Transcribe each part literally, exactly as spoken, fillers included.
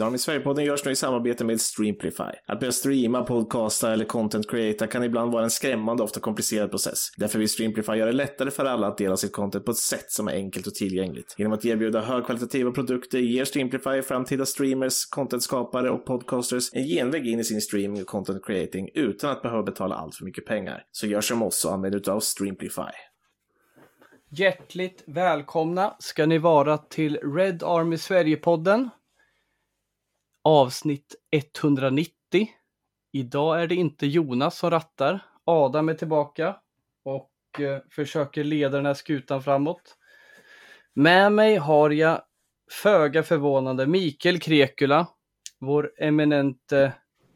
Army Sverige-podden görs nu i samarbete med Streamplify. Att börja streama, podcasta eller content creata kan ibland vara en skrämmande och ofta komplicerad process. Därför vill Streamplify göra det lättare för alla att dela sitt content på ett sätt som är enkelt och tillgängligt. Genom att erbjuda högkvalitativa produkter ger Streamplify framtida streamers, contentskapare och podcasters en genväg in i sin streaming och content creating utan att behöva betala allt för mycket pengar. Så gör som oss och använd utav Streamplify. Hjärtligt välkomna ska ni vara till Red Army Sverige-podden. Avsnitt etthundranittio. Idag är det inte Jonas som rattar. Adam är tillbaka och eh, försöker leda den här skutan framåt. Med mig har jag föga förvånande Mikael Krekula, vår eminente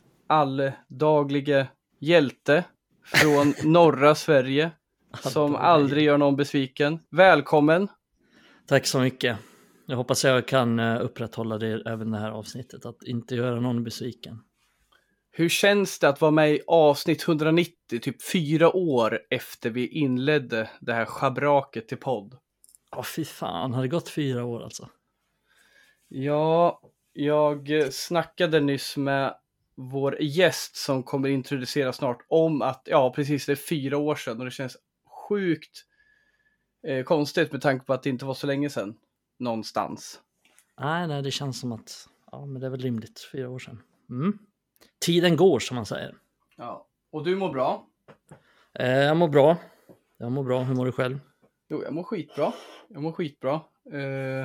alldaglige hjälte från norra Sverige. Som aldrig gör någon besviken. Välkommen. Tack så mycket. Jag hoppas jag kan upprätthålla det även det här avsnittet. Att inte göra någon besviken. Hur känns det att vara med i avsnitt etthundranittio, typ fyra år efter vi inledde det här schabraket till podd? Ja, fy fan. Har det gått fyra år alltså? Ja, jag snackade nyss med vår gäst som kommer introducera snart om att, ja precis, det är fyra år sedan och det känns sjukt eh, konstigt med tanke på att det inte var så länge sedan någonstans. Nej, nej, det känns som att ja, men det är väl rimligt, fyra år sedan. Mm. Tiden går som man säger. Ja, och du mår bra? Eh, jag mår bra. Jag mår bra. Hur mår du själv? Jo, jag mår skitbra. Jag mår skitbra. Eh,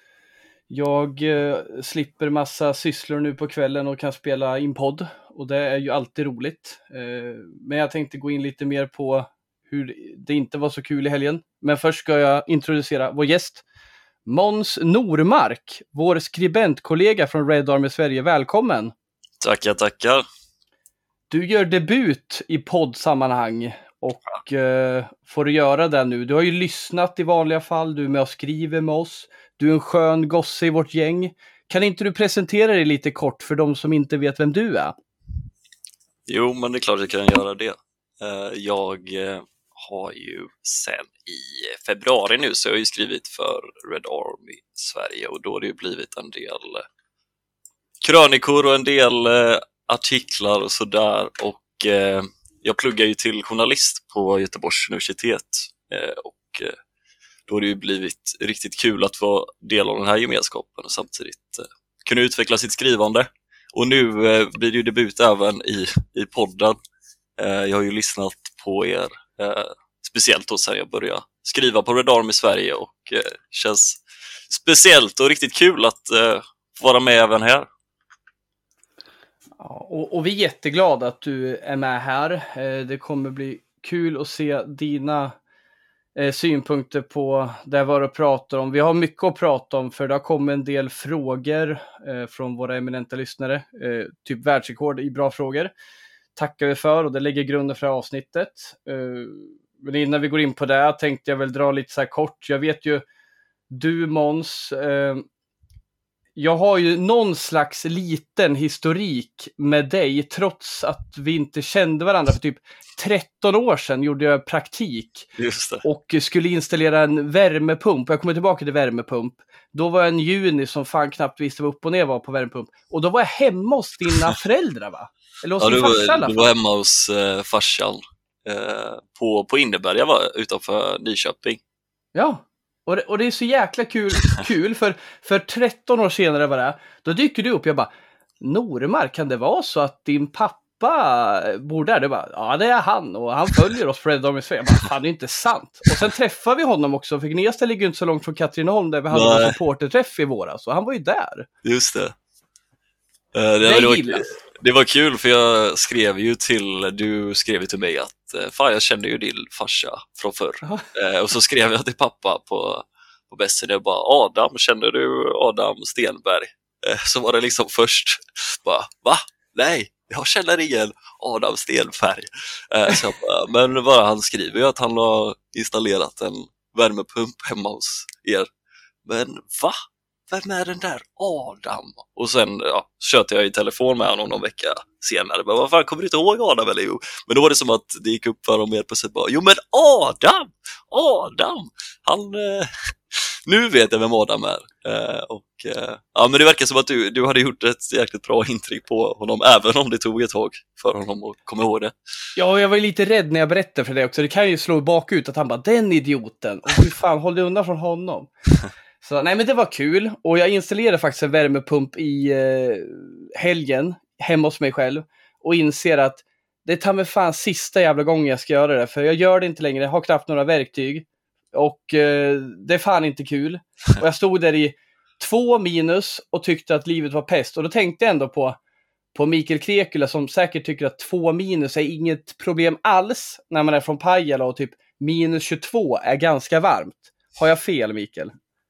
jag eh, slipper massa sysslor nu på kvällen och kan spela in podd. Och det är ju alltid roligt. Eh, men jag tänkte gå in lite mer på hur det inte var så kul i helgen. Men först ska jag introducera vår gäst. Måns Normark, vår skribentkollega från Red Army Sverige. Välkommen! Tackar, tackar. Du gör debut i poddsammanhang och eh, får göra det nu. Du har ju lyssnat i vanliga fall, du är med och skriver med oss. Du är en skön gosse i vårt gäng. Kan inte du presentera dig lite kort för de som inte vet vem du är? Jo, men det är klart jag kan göra det. Jag har ju sen i februari nu så jag har ju skrivit för Red Army Sverige och då har det ju blivit en del krönikor och en del artiklar och sådär och jag pluggar ju till journalist på Göteborgs universitet och då har det ju blivit riktigt kul att få del av den här gemenskapen och samtidigt kunna utveckla sitt skrivande. Och nu blir det ju debut även i, i podden. Jag har ju lyssnat på er, speciellt då sen jag började skriva på Red Army Sverige och känns speciellt och riktigt kul att vara med även här. Ja, och, och vi är jätteglada att du är med här. Det kommer bli kul att se dina eh, synpunkter på det vad du pratar om. Vi har mycket att prata om för det har kommit en del frågor eh, från våra eminenta lyssnare. Eh, typ världsrekord i bra frågor. Tackar vi för och det lägger grunden för avsnittet. Eh, men innan vi går in på det tänkte jag väl dra lite så här kort. Jag vet ju, du Måns, eh, jag har ju någon slags liten historik med dig trots att vi inte kände varandra. För typ tretton år sedan gjorde jag praktik. Just det. Och skulle installera en värmepump. Jag kommer tillbaka till värmepump. Då var jag en juni som fan knappt visste vad upp och ner var på värmepump. Och då var jag hemma hos dina föräldrar, va? Eller hos ja, din du, farsa, var, du var hemma hos eh, farsan eh, på, på Inneberga var utanför Nyköping. Ja. Och det, och det är så jäkla kul, kul för, för tretton år senare var det, då dyker du upp. Jag bara, Normark, kan det vara så att din pappa bor där? Det bara, ja det är han och han följer oss på Red Army Sverige. Jag bara, fan det är inte sant. Och sen träffade vi honom också, för Gnesta ligger inte så långt från Katrineholm där vi hade Nej. en supporterträff i våras. Och han var ju där. Just det. Uh, det, det, det, var, gillas. det var kul för jag skrev ju till, du skrev ju till mig att fan jag kände ju din farsa från förr. Uh, och så skrev jag till pappa på på bäst det bara, Adam, känner du Adam Stenberg? Eh, så var det liksom först bara, va? Nej, jag känner ingen Adam Stenberg. Eh, så jag bara, men bara han skriver ju att han har installerat en värmepump hemma hos er. Men va? Vem är den där Adam? Och sen ja, köpte jag i telefon med honom någon vecka senare. Men vad fan, kommer du inte ihåg Adam eller jo? Men då var det som att det gick upp för dem mer på sig bara, jo men Adam! Adam! Han... Eh, nu vet jag vem Adam är. Uh, och, uh, ja, men det verkar som att du, du hade gjort ett jäkligt bra intryck på honom, även om det tog ett tag för honom att komma ihåg det. Ja, jag var lite rädd när jag berättade för det också. Det kan ju slå bakut att han bara, den idioten. Och hur fan, håll dig undan från honom. Så nej, men det var kul. Och jag installerade faktiskt en värmepump i uh, helgen hemma hos mig själv. Och inser att det tar mig fan sista jävla gången jag ska göra det. För jag gör det inte längre, jag har knappt några verktyg. Och eh, det är fan inte kul. Och jag stod där i två minus och tyckte att livet var pest. Och då tänkte jag ändå på, på Mikael Krekula som säkert tycker att två minus är inget problem alls när man är från Pajala och typ minus tjugotvå är ganska varmt. Har jag fel, Mikael?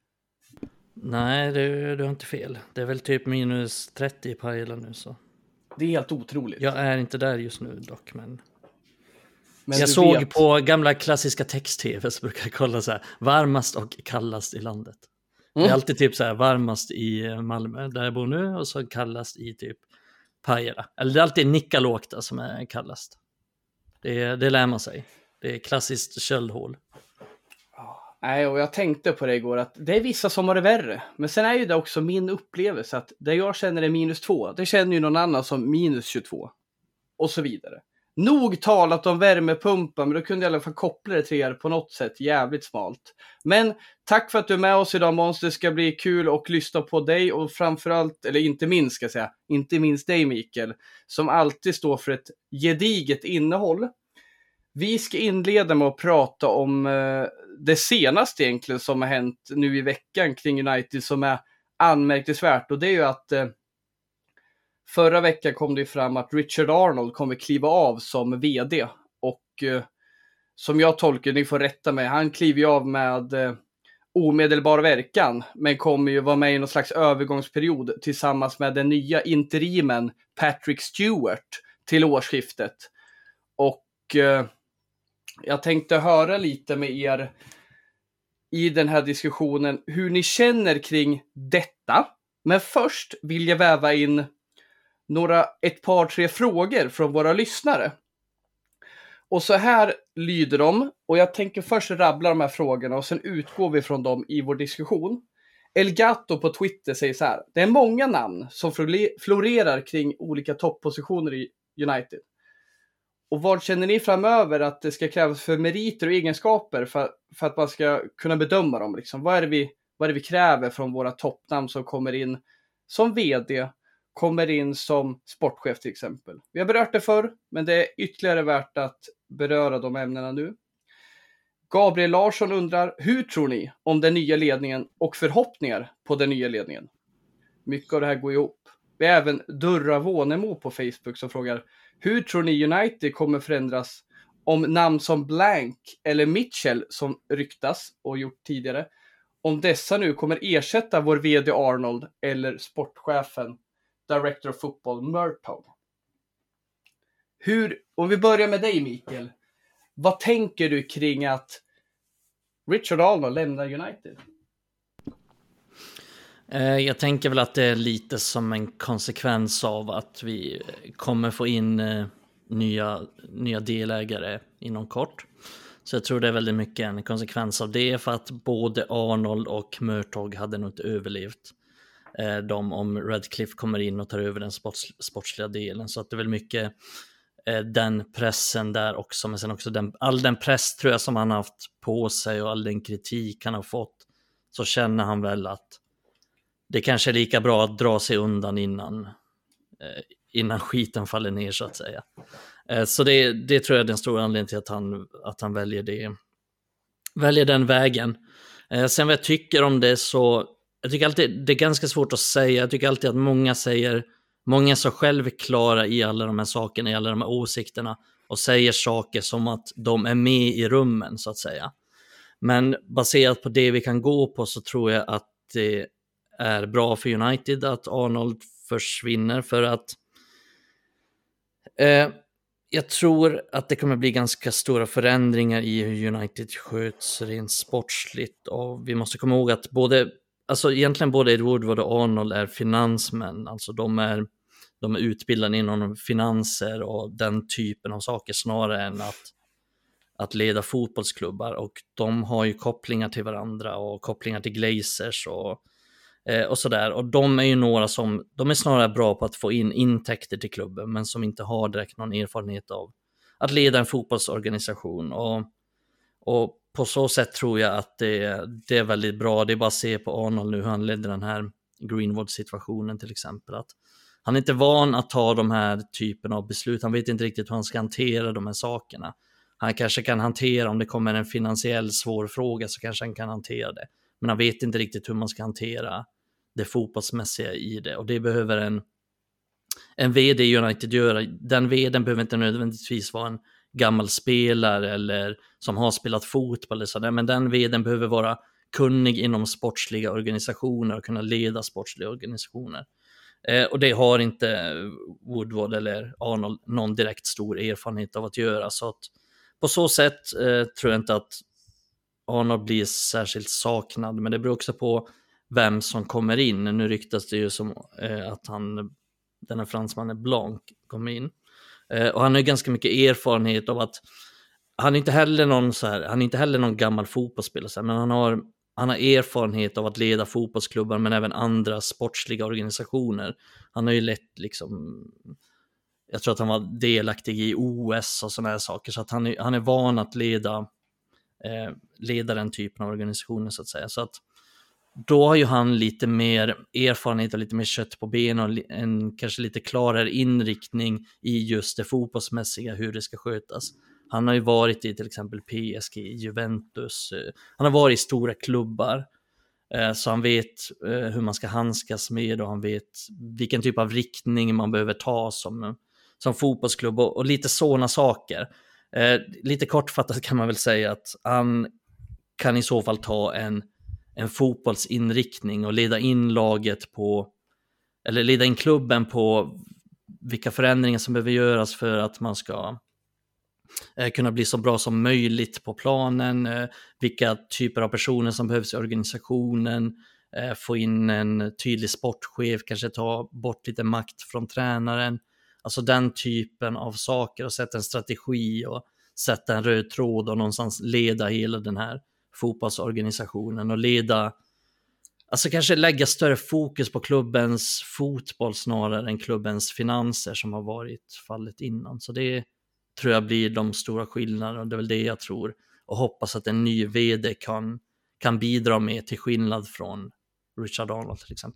Nej, du, du har inte fel. Det är väl typ minus trettio i Pajala nu så. Det är helt otroligt. Jag är inte där just nu dock, men... Men jag du såg vet... på gamla klassiska text-tv så brukar jag kolla så här, varmast och kallast i landet. Mm. Det är alltid typ så här, varmast i Malmö där jag bor nu och så kallast i typ Pajala. Eller det är alltid Nikkaluokta som är kallast. Det, det lär man sig. Det är klassiskt köldhål. Nej, och jag tänkte på det igår att det är vissa som har det värre. Men sen är ju det också min upplevelse att det jag känner är minus två, det känner ju någon annan som minus tjugotvå. Och så vidare. Nog talat om värmepumpar, men då kunde jag i alla fall koppla det till er på något sätt jävligt smalt. Men tack för att du är med oss idag, Måns. Det ska bli kul att lyssna på dig och framförallt, eller inte minst ska jag säga, inte minst dig, Mikael, som alltid står för ett gediget innehåll. Vi ska inleda med att prata om eh, det senaste egentligen som har hänt nu i veckan kring United som är anmärkningsvärt. Och det är ju att eh, förra veckan kom det fram att Richard Arnold kommer kliva av som vd. Och eh, som jag tolkar, ni får rätta mig, han kliver av med eh, omedelbar verkan. Men kommer ju vara med i någon slags övergångsperiod tillsammans med den nya interimen Patrick Stewart till årsskiftet. Och eh, jag tänkte höra lite med er i den här diskussionen hur ni känner kring detta. Men först vill jag väva in några, ett par, tre frågor från våra lyssnare. Och så här lyder de. Och jag tänker först rabbla de här frågorna och sen utgår vi från dem i vår diskussion. Elgato på Twitter säger så här. Det är många namn som florerar kring olika toppositioner i United. Och vad känner ni framöver att det ska krävas för meriter och egenskaper för, för att man ska kunna bedöma dem? Liksom? Vad är det vi, vad är det vi kräver från våra toppnamn som kommer in som vd, kommer in som sportchef till exempel? Vi har berört det förr, men det är ytterligare värt att beröra de ämnena nu. Gabriel Larsson undrar, hur tror ni om den nya ledningen och förhoppningar på den nya ledningen? Mycket av det här går ihop. Vi har även Durra Vånemo på Facebook som frågar, hur tror ni United kommer förändras om namn som Blank eller Mitchell som ryktas och gjort tidigare, om dessa nu kommer ersätta vår vd Arnold eller sportchefen Director of Football Murtaugh? Hur, om vi börjar med dig Mikael, vad tänker du kring att Richard Arnold lämnar United? Jag tänker väl att det är lite som en konsekvens av att vi kommer få in nya, nya delägare inom kort. Så jag tror det är väldigt mycket en konsekvens av det, för att både Arnold och Murtaugh hade nog inte överlevt dem om Redcliffe kommer in och tar över den sports, sportsliga delen. Så att det är väl mycket den pressen där också, men sen också den, all den press tror jag som han har haft på sig och all den kritik han har fått, så känner han väl att det kanske är lika bra att dra sig undan innan, eh, innan skiten faller ner så att säga. Eh, så det, det tror jag är den stora anledningen till att han, att han väljer, det, väljer den vägen. Eh, sen vad jag tycker om det, så jag tycker alltid det är ganska svårt att säga. Jag tycker alltid att många säger, många är så självklara i alla de här sakerna, i alla de här åsikterna, och säger saker som att de är med i rummen så att säga. Men baserat på det vi kan gå på, så tror jag att det är bra för United att Arnold försvinner, för att eh, jag tror att det kommer bli ganska stora förändringar i hur United sköts rent sportsligt, och vi måste komma ihåg att både, alltså egentligen både Ed Woodward och Arnold är finansmän, alltså de är, de är utbildade inom finanser och den typen av saker, snarare än att, att leda fotbollsklubbar, och de har ju kopplingar till varandra och kopplingar till Glazers och, eh, och sådär. Och de är ju några som, de är snarare bra på att få in intäkter till klubben, men som inte har direkt någon erfarenhet av att leda en fotbollsorganisation. Och, och på så sätt tror jag att det, det är väldigt bra. Det är bara att se på Arnold nu hur han ledde den här Greenwood-situationen till exempel. Att han är inte van att ta de här typen av beslut. Han vet inte riktigt hur han ska hantera de här sakerna. Han kanske kan hantera, om det kommer en finansiell svår fråga så kanske han kan hantera det. Men han vet inte riktigt hur man ska hantera det fotbollsmässiga i det. Och det behöver en, en vd i United göra. Den vdn behöver inte nödvändigtvis vara en gammal spelare eller som har spelat fotboll eller sådär. Men den vdn behöver vara kunnig inom sportsliga organisationer och kunna leda sportsliga organisationer. Eh, och det har inte Woodward eller Arnold någon direkt stor erfarenhet av att göra. Så att på så sätt eh, tror jag inte att Arnold blir särskilt saknad. Men det beror också på vem som kommer in. Nu ryktas det ju som eh, att han, den här fransmannen Blanc kommer in. Eh, och han har ganska mycket erfarenhet av att han är inte heller någon, så här, han är inte heller någon gammal fotbollsspelare. Men han har, han har erfarenhet av att leda fotbollsklubbar men även andra sportsliga organisationer. Han har ju lett liksom... Jag tror att han var delaktig i O S och såna här saker. Så att han är, han är van att leda, eh, leda den typen av organisationer så att säga. Så att då har ju han lite mer erfarenhet och lite mer kött på benen och en kanske lite klarare inriktning i just det fotbollsmässiga, hur det ska skötas. Han har ju varit i till exempel P S G, Juventus. Eh, han har varit i stora klubbar. Eh, så han vet eh, hur man ska handskas med och han vet vilken typ av riktning man behöver ta som... som fotbollsklubb och, och lite sådana saker. Eh, lite kortfattat kan man väl säga att han kan i så fall ta en, en fotbollsinriktning och leda in laget på, eller leda in klubben på vilka förändringar som behöver göras för att man ska eh, kunna bli så bra som möjligt på planen, eh, vilka typer av personer som behövs i organisationen, eh, få in en tydlig sportchef, kanske ta bort lite makt från tränaren. Alltså den typen av saker och sätta en strategi och sätta en röd tråd och någonstans leda hela den här fotbollsorganisationen och leda, alltså kanske lägga större fokus på klubbens fotboll snarare än klubbens finanser som har varit fallet innan. Så det tror jag blir de stora skillnaderna och det är väl det jag tror och hoppas att en ny vd kan, kan bidra med till skillnad från Richard Arnold till exempel.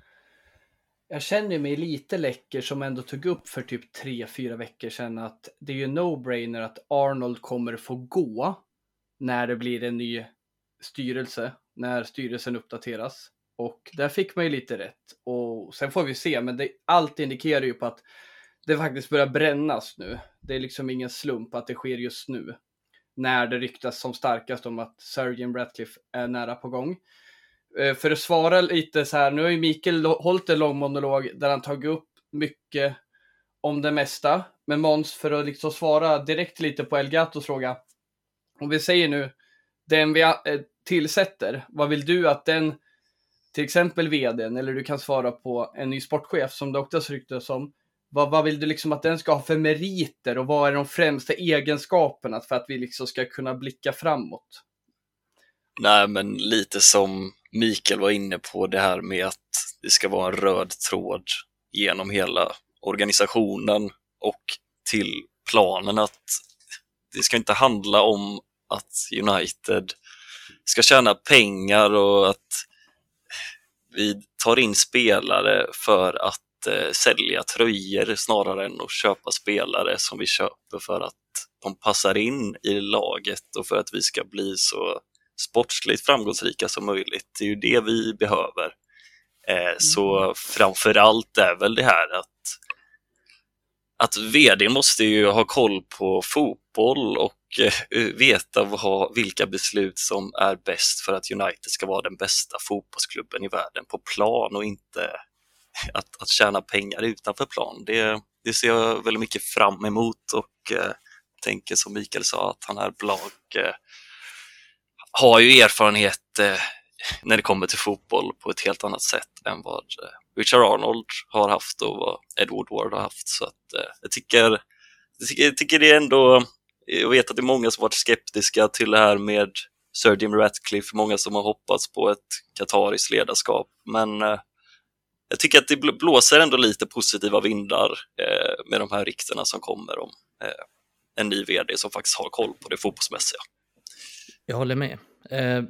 Jag känner mig lite läcker som ändå tog upp för typ tre, fyra veckor sedan att det är ju no-brainer att Arnold kommer få gå när det blir en ny styrelse, när styrelsen uppdateras. Och där fick man ju lite rätt. Och sen får vi se, men det, allt indikerar ju på att det faktiskt börjar brännas nu. Det är liksom ingen slump att det sker just nu. När det ryktas som starkast om att Sir Jim Ratcliffe är nära på gång. För att svara lite så här, nu har ju Mikael hållit en lång monolog där han tagit upp mycket om det mesta. Men Måns, för att liksom svara direkt lite på El Gatos fråga. Om vi säger nu, den vi tillsätter, vad vill du att den, till exempel vdn, eller du kan svara på en ny sportchef som det också ryktas om. Vad, vad vill du liksom att den ska ha för meriter och vad är de främsta egenskaperna för att vi liksom ska kunna blicka framåt? Nej, men lite som Mikael var inne på, det här med att det ska vara en röd tråd genom hela organisationen och till planen, att det ska inte handla om att United ska tjäna pengar och att vi tar in spelare för att eh, sälja tröjor snarare än att köpa spelare som vi köper för att de passar in i laget och för att vi ska bli så sportsligt framgångsrika som möjligt. Det är ju det vi behöver. Eh, mm. Så framförallt är väl det här att att vd måste ju ha koll på fotboll och eh, veta vad, vilka beslut som är bäst för att United ska vara den bästa fotbollsklubben i världen på plan och inte att, att tjäna pengar utanför plan. Det, det ser jag väldigt mycket fram emot och eh, tänker som Mikael sa att han är Blanc eh, har ju erfarenhet eh, när det kommer till fotboll på ett helt annat sätt än vad eh, Richard Arnold har haft och vad Ed Woodward har haft. Så att, eh, jag, tycker, jag, tycker, jag tycker det är ändå jag vet att det är många som varit skeptiska till det här med Sir Jim Ratcliffe, många som har hoppats på ett katariskt ledarskap, men eh, jag tycker att det blåser ändå lite positiva vindar eh, med de här ryktena som kommer om eh, en ny vd som faktiskt har koll på det fotbollsmässiga. Jag håller med. Eh,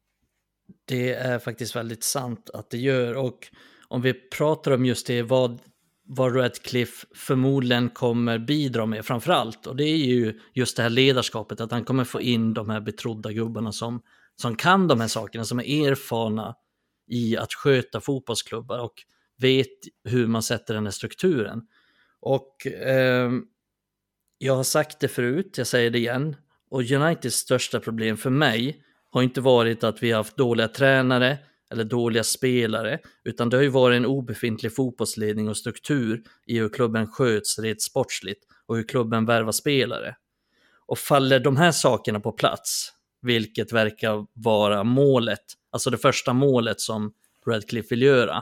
det är faktiskt väldigt sant att det gör, och om vi pratar om just det, vad, vad Ratcliffe förmodligen kommer bidra med framförallt, och det är ju just det här ledarskapet, att han kommer få in de här betrodda gubbarna som, som kan de här sakerna, som är erfarna i att sköta fotbollsklubbar och vet hur man sätter den här strukturen. Och eh, jag har sagt det förut, jag säger det igen, och Uniteds största problem för mig har inte varit att vi har haft dåliga tränare eller dåliga spelare, utan det har ju varit en obefintlig fotbollsledning och struktur i hur klubben sköts rent sportsligt och hur klubben värvar spelare. Och faller de här sakerna på plats, vilket verkar vara målet, alltså det första målet som Ratcliffe vill göra,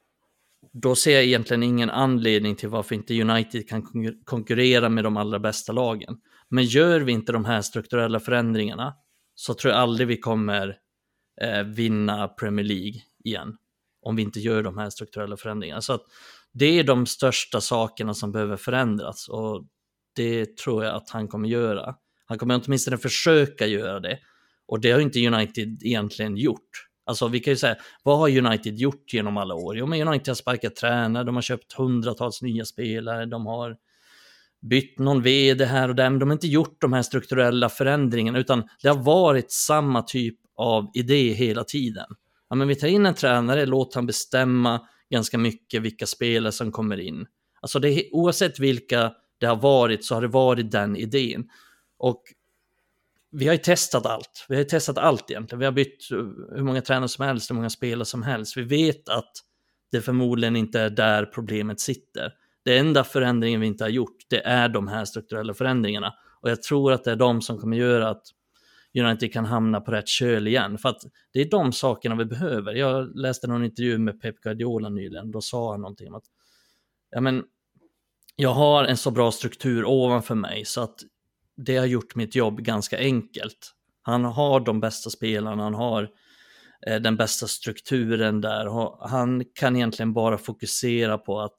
då ser jag egentligen ingen anledning till varför inte United kan konkurrera med de allra bästa lagen. Men gör vi inte de här strukturella förändringarna, så tror jag aldrig vi kommer eh, vinna Premier League igen. Om vi inte gör de här strukturella förändringarna. Så att det är de största sakerna som behöver förändras. Och det tror jag att han kommer göra. Han kommer åtminstone försöka göra det. Och det har inte United egentligen gjort. Alltså vi kan ju säga, vad har United gjort genom alla år? Jo, men United har sparkat tränare, de har köpt hundratals nya spelare, de har bytt någon vd här och där, men de har inte gjort de här strukturella förändringarna, utan det har varit samma typ av idé hela tiden. Ja, men vi tar in en tränare, låt han bestämma ganska mycket vilka spelare som kommer in. Alltså det, oavsett vilka det har varit, så har det varit den idén. Och vi har ju testat allt. Vi har ju testat allt egentligen. Vi har bytt hur många tränare som helst, hur många spelare som helst. Vi vet att det förmodligen inte är där problemet sitter. Det enda förändringen vi inte har gjort, det är de här strukturella förändringarna. Och jag tror att det är de som kommer göra att United kan hamna på rätt köl igen. För att det är de sakerna vi behöver. Jag läste någon intervju med Pep Guardiola nyligen. Då sa han någonting om att ja, men, jag har en så bra struktur ovanför mig så att det har gjort mitt jobb ganska enkelt. Han har de bästa spelarna, han har eh, den bästa strukturen där. Han kan egentligen bara fokusera på att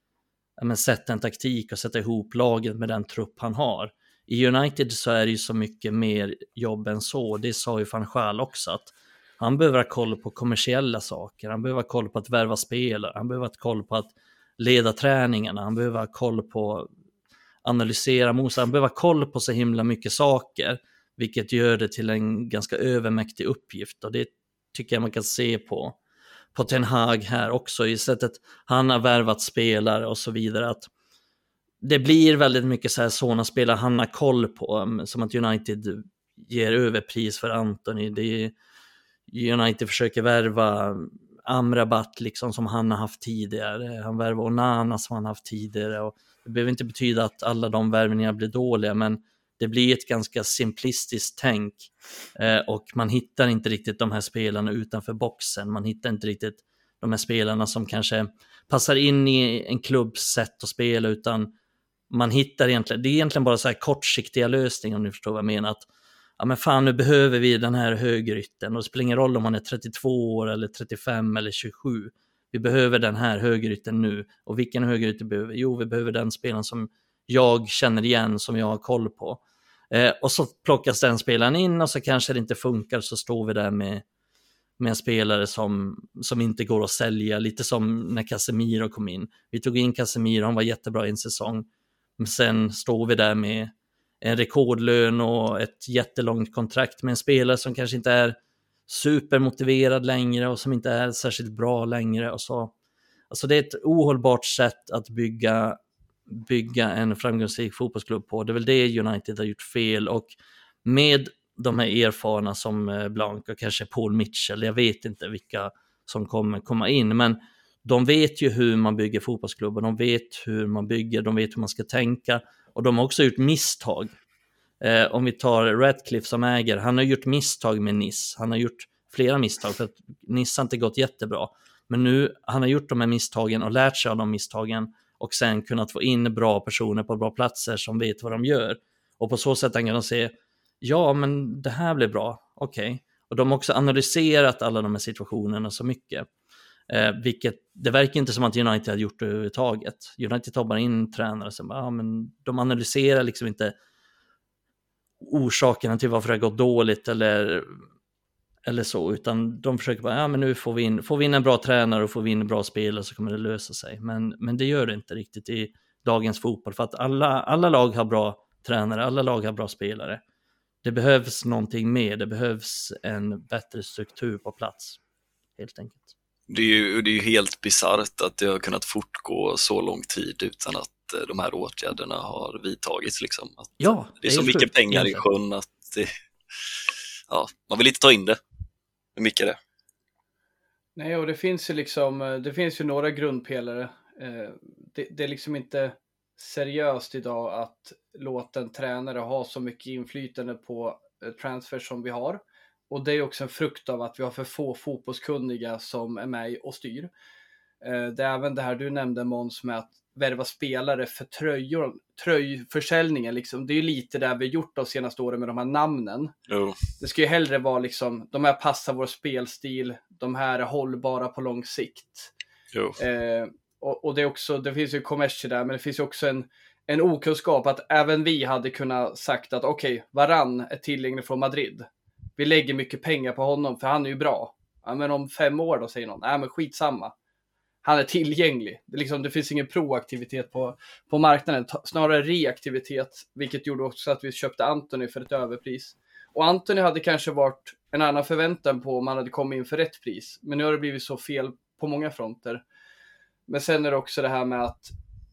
ja, men, sätta en taktik och sätta ihop laget med den trupp han har. I United så är det ju så mycket mer jobb än så. Det sa ju Van Gaal också, att han behöver ha koll på kommersiella saker. Han behöver ha koll på att värva spelare. Han behöver ha koll på att leda träningarna. Han behöver ha koll på analysera motstånd. Han behöver ha koll på så himla mycket saker, vilket gör det till en ganska övermäktig uppgift. Och det tycker jag man kan se på, på Ten Hag här också, i sättet han har värvat spelare och så vidare, att det blir väldigt mycket så här sådana spelare han har koll på, som att United ger överpris för Antony. Det är, United försöker värva Amrabat liksom, som han har haft tidigare. Han värvar Onana som han har haft tidigare, och det behöver inte betyda att alla de värvningarna blir dåliga, men det blir ett ganska simplistiskt tänk eh, och man hittar inte riktigt de här spelarna utanför boxen. Man hittar inte riktigt de här spelarna som kanske passar in i en klubbs sätt att spela, utan man hittar egentligen, det är egentligen bara så här kortsiktiga lösningar, om ni förstår vad jag menar. Att ja, men fan, nu behöver vi den här högerytten, och det spelar ingen roll om man är trettiotvå år eller trettiofem eller tjugosju. Vi behöver den här högerytten nu. Och vilken högerytter behöver vi? Jo, vi behöver den spelaren som jag känner igen, som jag har koll på. Eh, och så plockas den spelaren in, och så kanske det inte funkar, så står vi där med, med en spelare som, som inte går att sälja. Lite som när Casemiro kom in. Vi tog in Casemiro, han var jättebra i en säsong. Men sen står vi där med en rekordlön och ett jättelångt kontrakt med en spelare som kanske inte är supermotiverad längre och som inte är särskilt bra längre. Och så. Alltså det är ett ohållbart sätt att bygga, bygga en framgångsrik fotbollsklubb på. Det är väl det United har gjort fel, och med de här erfarna som Blanc och kanske Paul Mitchell, jag vet inte vilka som kommer komma in, men de vet ju hur man bygger fotbollsklubbar, de vet hur man bygger, de vet hur man ska tänka, och de har också gjort misstag. Eh, om vi tar Ratcliffe som ägare, han har gjort misstag med Nice, han har gjort flera misstag, för att Nice har inte gått jättebra, men nu han har gjort de här misstagen och lärt sig av de misstagen, och sen kunnat få in bra personer på bra platser som vet vad de gör. Och på så sätt kan de se, ja men det här blir bra, okej. Okay. Och de har också analyserat alla de här situationerna så mycket. Eh, vilket, det verkar inte som att United har gjort det överhuvudtaget. United tar bara in tränare som, ja men de analyserar liksom inte orsakerna till varför det har gått dåligt eller, eller så, utan de försöker bara, ja men nu får vi in, får vi in en bra tränare och får vi in en bra spelare så kommer det lösa sig. Men, men det gör det inte riktigt i dagens fotboll, för att alla, alla lag har bra tränare, alla lag har bra spelare. Det behövs någonting mer, det behövs en bättre struktur på plats, helt enkelt. Det är ju, det är ju helt bizarrt att det har kunnat fortgå så lång tid utan att de här åtgärderna har vidtagits. Liksom. Att ja, det är så mycket pengar egentligen i sjön att det, ja, man vill inte ta in det. Hur mycket är det? Nej, och det finns ju liksom, det finns ju några grundpelare. Det, det är liksom inte seriöst idag att låta en tränare ha så mycket inflytande på transfer som vi har. Och det är också en frukt av att vi har för få fotbollskunniga som är med och styr. Det är även det här du nämnde, Måns, med att värva spelare för tröjor, tröjförsäljningen. Liksom. Det är ju lite det vi har gjort de senaste åren med de här namnen. Oh. Det ska ju hellre vara liksom, de här passar vår spelstil, de här är hållbara på lång sikt. Oh. Eh, och, och det är också, det finns ju kommersier där, men det finns ju också en, en okunskap att även vi hade kunnat sagt att okej, okay, Varann är tillgänglig från Madrid. Vi lägger mycket pengar på honom för han är ju bra. Ja, men om fem år då säger någon, nej men skitsamma. Han är tillgänglig. Det, liksom, det finns ingen proaktivitet på, på marknaden. Snarare reaktivitet. Vilket gjorde också att vi köpte Antony för ett överpris. Och Antony hade kanske varit en annan förväntan på om man hade kommit in för rätt pris. Men nu har det blivit så fel på många fronter. Men sen är det också det här med att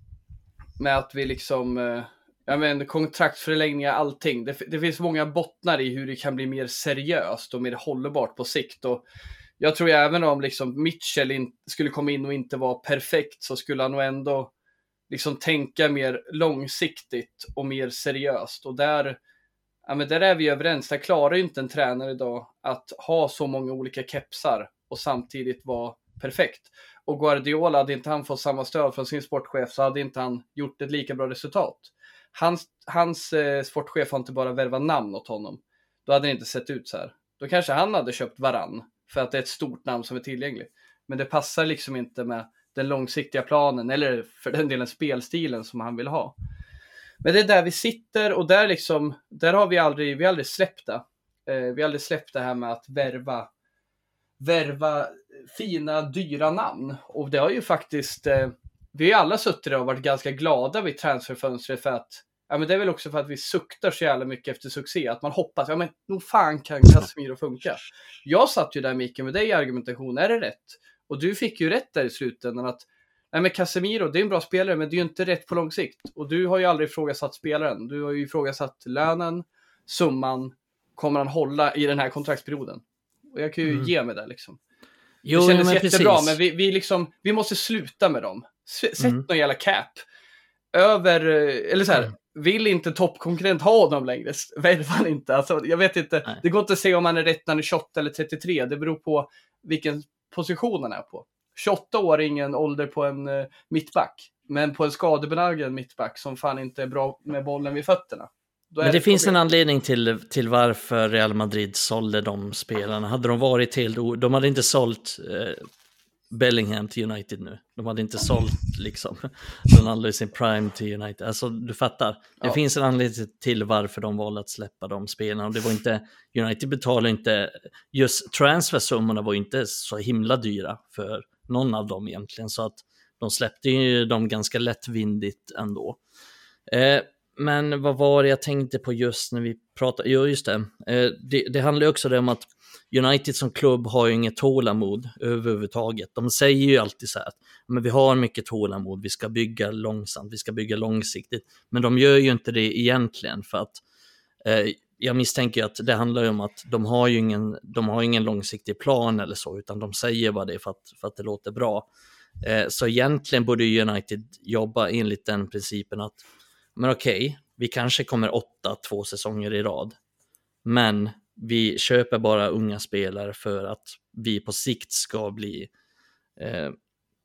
med att vi liksom jag menar, kontraktförlängningar, allting. Det, det finns många bottnar i hur det kan bli mer seriöst och mer hållbart på sikt. Och jag tror jag, även om liksom Mitchell in, skulle komma in och inte vara perfekt, så skulle han nog ändå liksom tänka mer långsiktigt och mer seriöst. Och där, ja, men där är vi överens. Där klarar ju inte en tränare idag att ha så många olika kepsar och samtidigt vara perfekt. Och Guardiola, hade inte han fått samma stöd från sin sportchef, så hade inte han gjort ett lika bra resultat. Hans, hans eh, sportchef har inte bara värvat namn åt honom. Då hade det inte sett ut så här. Då kanske han hade köpt Varann för att det är ett stort namn som är tillgängligt. Men det passar liksom inte med den långsiktiga planen eller för den delen spelstilen som han vill ha. Men det är där vi sitter, och där liksom, där har vi aldrig, vi har aldrig släppt det. Eh, vi har aldrig släppt det här med att värva värva fina, dyra namn. Och det har ju faktiskt eh, vi har alla suttit där och varit ganska glada vid transferfönstret, för att ja, men det är väl också för att vi suktar så jävla mycket efter succé, att man hoppas, ja men nog fan kan Casemiro funka. Jag satt ju där, Micke, med dig i argumentation, är det rätt? Och du fick ju rätt där i slutändan, att nej men Casemiro, det är en bra spelare, men det är ju inte rätt på lång sikt. Och du har ju aldrig ifrågasatt spelaren, du har ju ifrågasatt lönen, summan, kommer han hålla i den här kontraktsperioden? Och jag kan ju mm. ge mig det liksom. Jo, det kändes men jättebra, precis. men vi, vi, liksom, vi måste sluta med dem. Sätt Mm. någon jävla cap. Över, eller så här, mm. vill inte toppkonkurrent ha honom längre? Värvar han inte? Alltså, jag vet inte. Nej. Det går inte att se om han är rätt när han är tjugoåtta eller trettiotre. Det beror på vilken position han är på. tjugoåtta år är ingen ålder på en uh, mittback. Men på en skadebenägen mittback som fan inte är bra med bollen vid fötterna. Men det, det finns en anledning till, till varför Real Madrid sålde de spelarna. Hade de varit helt... De hade inte sålt eh, Bellingham till United nu. De hade inte sålt liksom Ronaldo i sin prime till United. Alltså du fattar. Det ja. finns en anledning till varför de valde att släppa de spelarna. Och det var inte... United betalade inte... Just transfersummorna var inte så himla dyra för någon av dem egentligen. Så att de släppte ju dem ganska lättvindigt ändå. Eh, Men vad var det jag tänkte på just när vi pratade? Jo, just det. Eh, det. Det handlar ju också om att United som klubb har ju inget tålamod överhuvudtaget. De säger ju alltid så här att men vi har mycket tålamod, vi ska bygga långsamt, vi ska bygga långsiktigt. Men de gör ju inte det egentligen, för att eh, jag misstänker att det handlar ju om att de har ju ingen, de har ingen långsiktig plan eller så, utan de säger bara det för att, för att det låter bra. Eh, så egentligen borde United jobba enligt den principen att men okej, okay, vi kanske kommer åtta två säsonger i rad. Men vi köper bara unga spelare för att vi på sikt ska bli eh,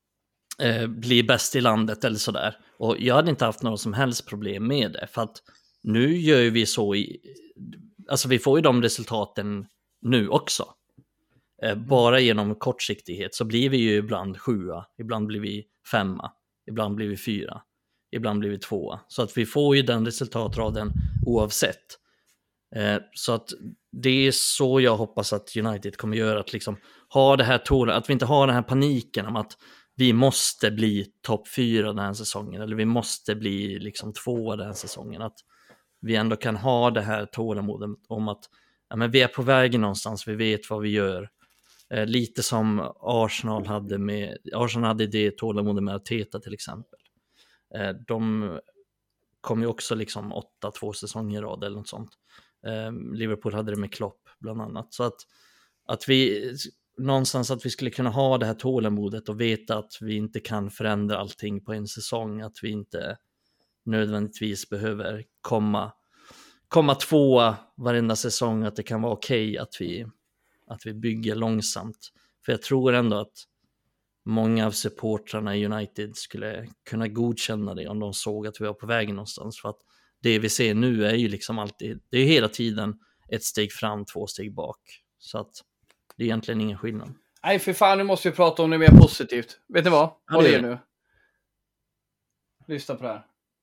eh, bli bäst i landet eller sådär. Och jag hade inte haft några som helst problem med det. För att nu gör ju vi så i, alltså vi får ju de resultaten nu också. Eh, bara genom kortsiktighet så blir vi ju ibland sjua, ibland blir vi femma, ibland blir vi fyra, ibland blir vi tvåa. Så att vi får ju den resultatraden oavsett. Eh, så att det är så jag hoppas att United kommer göra, att liksom ha det här tål, att vi inte har den här paniken om att vi måste bli topp fyra den här säsongen, eller vi måste bli liksom tvåa den här säsongen. Att vi ändå kan ha det här tålamodet om att ja, men vi är på väg någonstans, vi vet vad vi gör. Eh, lite som Arsenal hade med Arsenal hade det tålamodet med Arteta till exempel. Eh, de kom ju också liksom åtta, två säsonger i rad eller något sånt. Eh, Liverpool hade det med Klopp bland annat. Så att, att vi någonstans att vi skulle kunna ha det här tålamodet och veta att vi inte kan förändra allting på en säsong, att vi inte nödvändigtvis behöver komma komma tvåa varenda säsong, att det kan vara okej okay att vi att vi bygger långsamt. För jag tror ändå att många av supportrarna i United skulle kunna godkänna det om de såg att vi var på väg någonstans. För att det vi ser nu är ju liksom alltid, det är hela tiden ett steg fram, två steg bak. Så att det är egentligen ingen skillnad. Nej, för fan, nu måste vi prata om det mer positivt. Vet ni vad? Håll er nu. Lyssna på det här.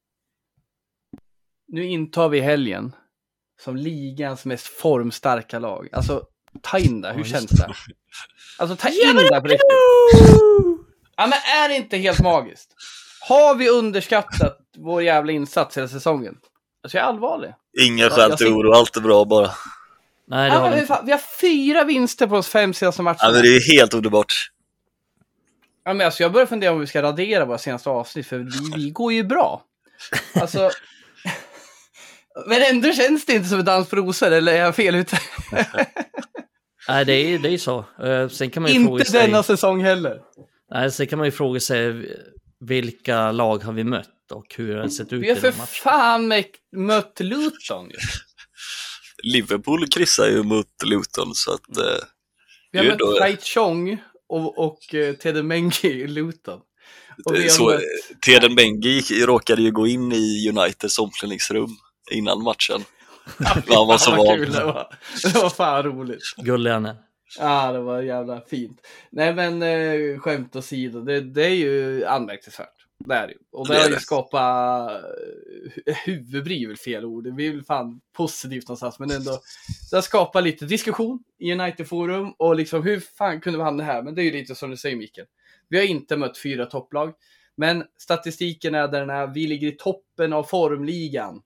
Nu intar vi helgen som ligans mest formstarka lag. Alltså, ta in det. Hur känns det? Alltså, ta in det på riktigt. Ja, men är det inte helt magiskt? Har vi underskattat vår jävla insats hela säsongen? Alltså, jag är allvarlig. Inga skäl till oro, allt är bra bara. Nej, det Ja, har men, vi fan, vi har fyra vinster på oss fem senaste matcherna. Ja, men det är helt underbart. Ja, men alltså, jag börjar fundera om vi ska radera våra senaste avsnitt, för vi, vi går ju bra. Alltså... Men ändå känns det inte som ett dans på rosor, eller är jag fel ute? Nej, det är, det är så. Uh, sen kan man ju inte fråga sig, denna säsong heller. Nej, sen kan man ju fråga sig vilka lag har vi mött och hur har det sett ut vi har i för den matchen. fan med, mött Luton. Ju. Liverpool kryssar ju mot Luton, så att... Uh, vi har mött då... Flight Chong och, och uh, Tedesmengi i Luton. Och vi så mött... Tedesmengi råkade ju gå in i Uniteds omklädningsrum innan matchen. Ja, Han var så van. kul det var. Det var fan roligt. Gullig han är. Ja, det var jävla fint. Nej, men eh, skämt åsido, det, det är ju anmärkningsvärt. Det är det ju. Och det, det har ju skapat uh, huvudbry är väl fel ord. Det är väl fan positivt någonstans, men ändå det har skapat lite diskussion i United-forum och liksom hur fan kunde vi hamna här? Men det är ju lite som du säger, Mikael. Vi har inte mött fyra topplag, men statistiken är där den är. Vi ligger i toppen av formligan.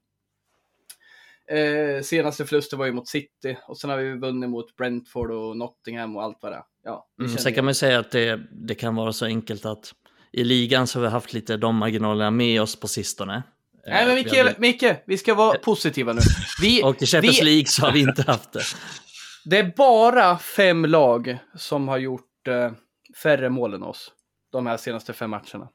Eh, senaste förlusten var ju mot City och sen har vi vunnit mot Brentford och Nottingham och allt vad det är. Ja, mm, sen kan man säga att det, det kan vara så enkelt att i ligan så har vi haft lite de marginalerna med oss på sistone. Nej, men Micke, hade... Micke, vi ska vara positiva nu. Vi, och i Champions vi... League så har vi inte haft det. Det är bara fem lag som har gjort eh, färre mål än oss de här senaste fem matcherna.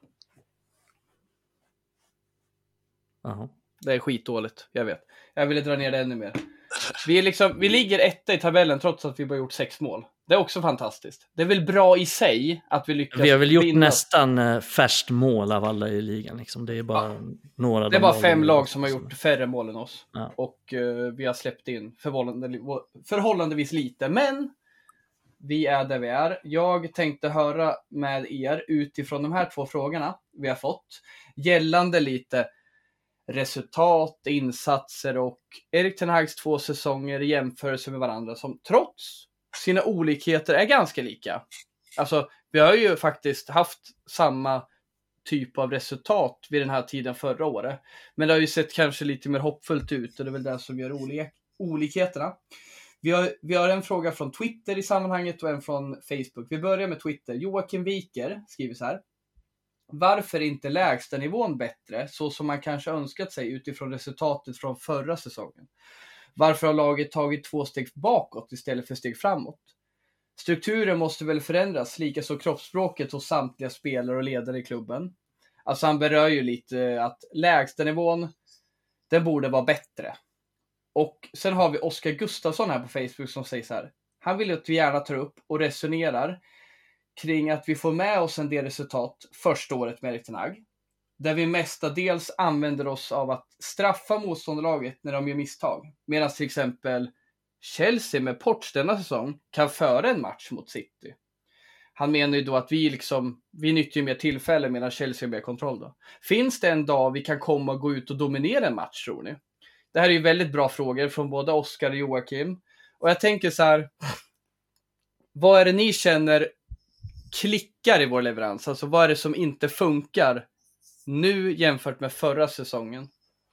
Jaha. Det är skitdåligt, jag vet. Jag ville dra ner det ännu mer. Vi, är liksom, vi ligger etta i tabellen trots att vi bara gjort sex mål. Det är också fantastiskt. Det är väl bra i sig att vi lyckas. Vi har väl gjort vinna. nästan uh, färst mål av alla i ligan. Liksom. Det är bara ja. några. Det är bara fem lag som har gjort färre mål än oss. Ja. Och uh, vi har släppt in förhållande, förhållandevis lite. Men vi är där vi är. Jag tänkte höra med er utifrån de här två frågorna vi har fått. Gällande lite resultat, insatser och Erik Ten Hags två säsonger i jämförelse med varandra som trots sina olikheter är ganska lika. Alltså, vi har ju faktiskt haft samma typ av resultat vid den här tiden förra året. Men det har ju sett kanske lite mer hoppfullt ut och det är väl det som gör olik- olikheterna. Vi har, vi har en fråga från Twitter i sammanhanget och en från Facebook. Vi börjar med Twitter. Joakim Wiker skriver så här. Varför är inte lägsta nivån bättre så som man kanske önskat sig utifrån resultatet från förra säsongen? Varför har laget tagit två steg bakåt istället för steg framåt? Strukturen måste väl förändras, likaså kroppsspråket hos samtliga spelare och ledare i klubben. Alltså han berör ju lite att lägsta nivån, den borde vara bättre. Och sen har vi Oskar Gustafsson här på Facebook som säger så här. Han vill att vi gärna tar upp och resonerar kring att vi får med oss en del resultat första året med Erik Ten Hag. där vi mestadels använder oss av att straffa motståndarlaget när de gör misstag. Medan till exempel Chelsea med Poch denna säsong kan föra en match mot City. Han menar ju då att vi liksom, vi nyttjar mer tillfällen medan Chelsea har mer kontroll då. Finns det en dag vi kan komma och gå ut och dominera en match, tror ni? Det här är ju väldigt bra frågor från både Oskar och Joakim. Och jag tänker så här, vad är det ni känner klickar i vår leverans? Alltså vad är det som inte funkar nu jämfört med förra säsongen?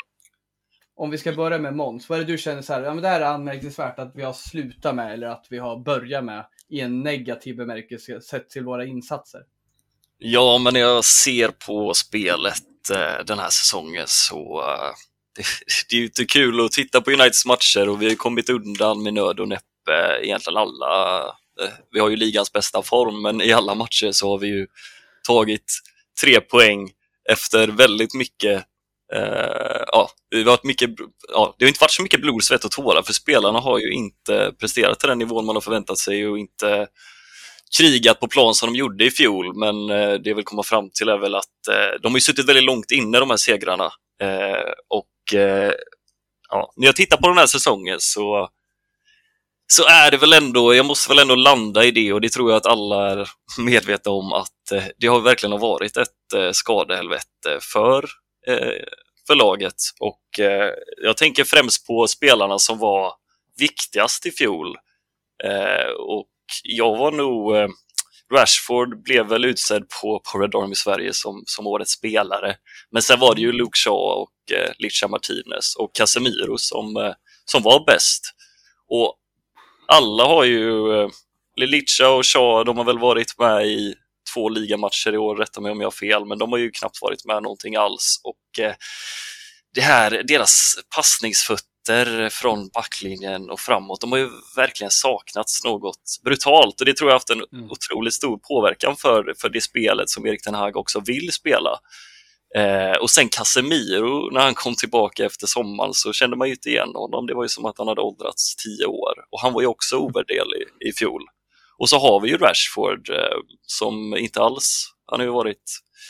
Om vi ska börja med Måns, vad är det du känner så här, ja men det här är anmärkningsvärt att vi har slutat med eller att vi har börjat med i en negativ bemärkelse sett till våra insatser? Ja, men när jag ser på spelet eh, den här säsongen så eh, det, det är ju inte kul att titta på Uniteds matcher och vi har kommit undan med nöd och näppe egentligen alla. Eh, vi har ju ligans bästa form, men i alla matcher så har vi ju tagit tre poäng efter väldigt mycket Uh, ja, det har varit mycket, ja, det har inte varit så mycket blod, svett och tårar, för spelarna har ju inte presterat till den nivån man har förväntat sig och inte krigat på plan som de gjorde i fjol. Men uh, det vill komma fram till är väl att uh, de har ju suttit väldigt långt inne, de här segrarna, uh, och uh, ja, när jag tittar på den här säsongen så så är det väl ändå, jag måste väl ändå landa i det, och det tror jag att alla är medvetna om, att uh, det har verkligen varit ett uh, skadehelvete för för laget, och eh, jag tänker främst på spelarna som var viktigast i fjol, eh, och jag var nog eh, Rashford blev väl utsedd på, på Red Army Sverige som, som årets spelare, men sen var det ju Luke Shaw och eh, Licha Martinez och Casemiro som, eh, som var bäst, och alla har ju eh, Licha och Shaw, de har väl varit med i två ligamatcher i år, rätta mig om jag har fel, men de har ju knappt varit med någonting alls, och eh, det här, deras passningsfötter från backlinjen och framåt, de har ju verkligen saknats något brutalt, och det tror jag har haft en mm. otroligt stor påverkan för, för det spelet som Erik Ten Hag också vill spela. Eh, och sen Casemiro, när han kom tillbaka efter sommaren så kände man ju inte igen honom, det var ju som att han hade åldrats tio år, och han var ju också ovärderlig i, i fjol. Och så har vi ju Rashford eh, som inte alls, han har ju varit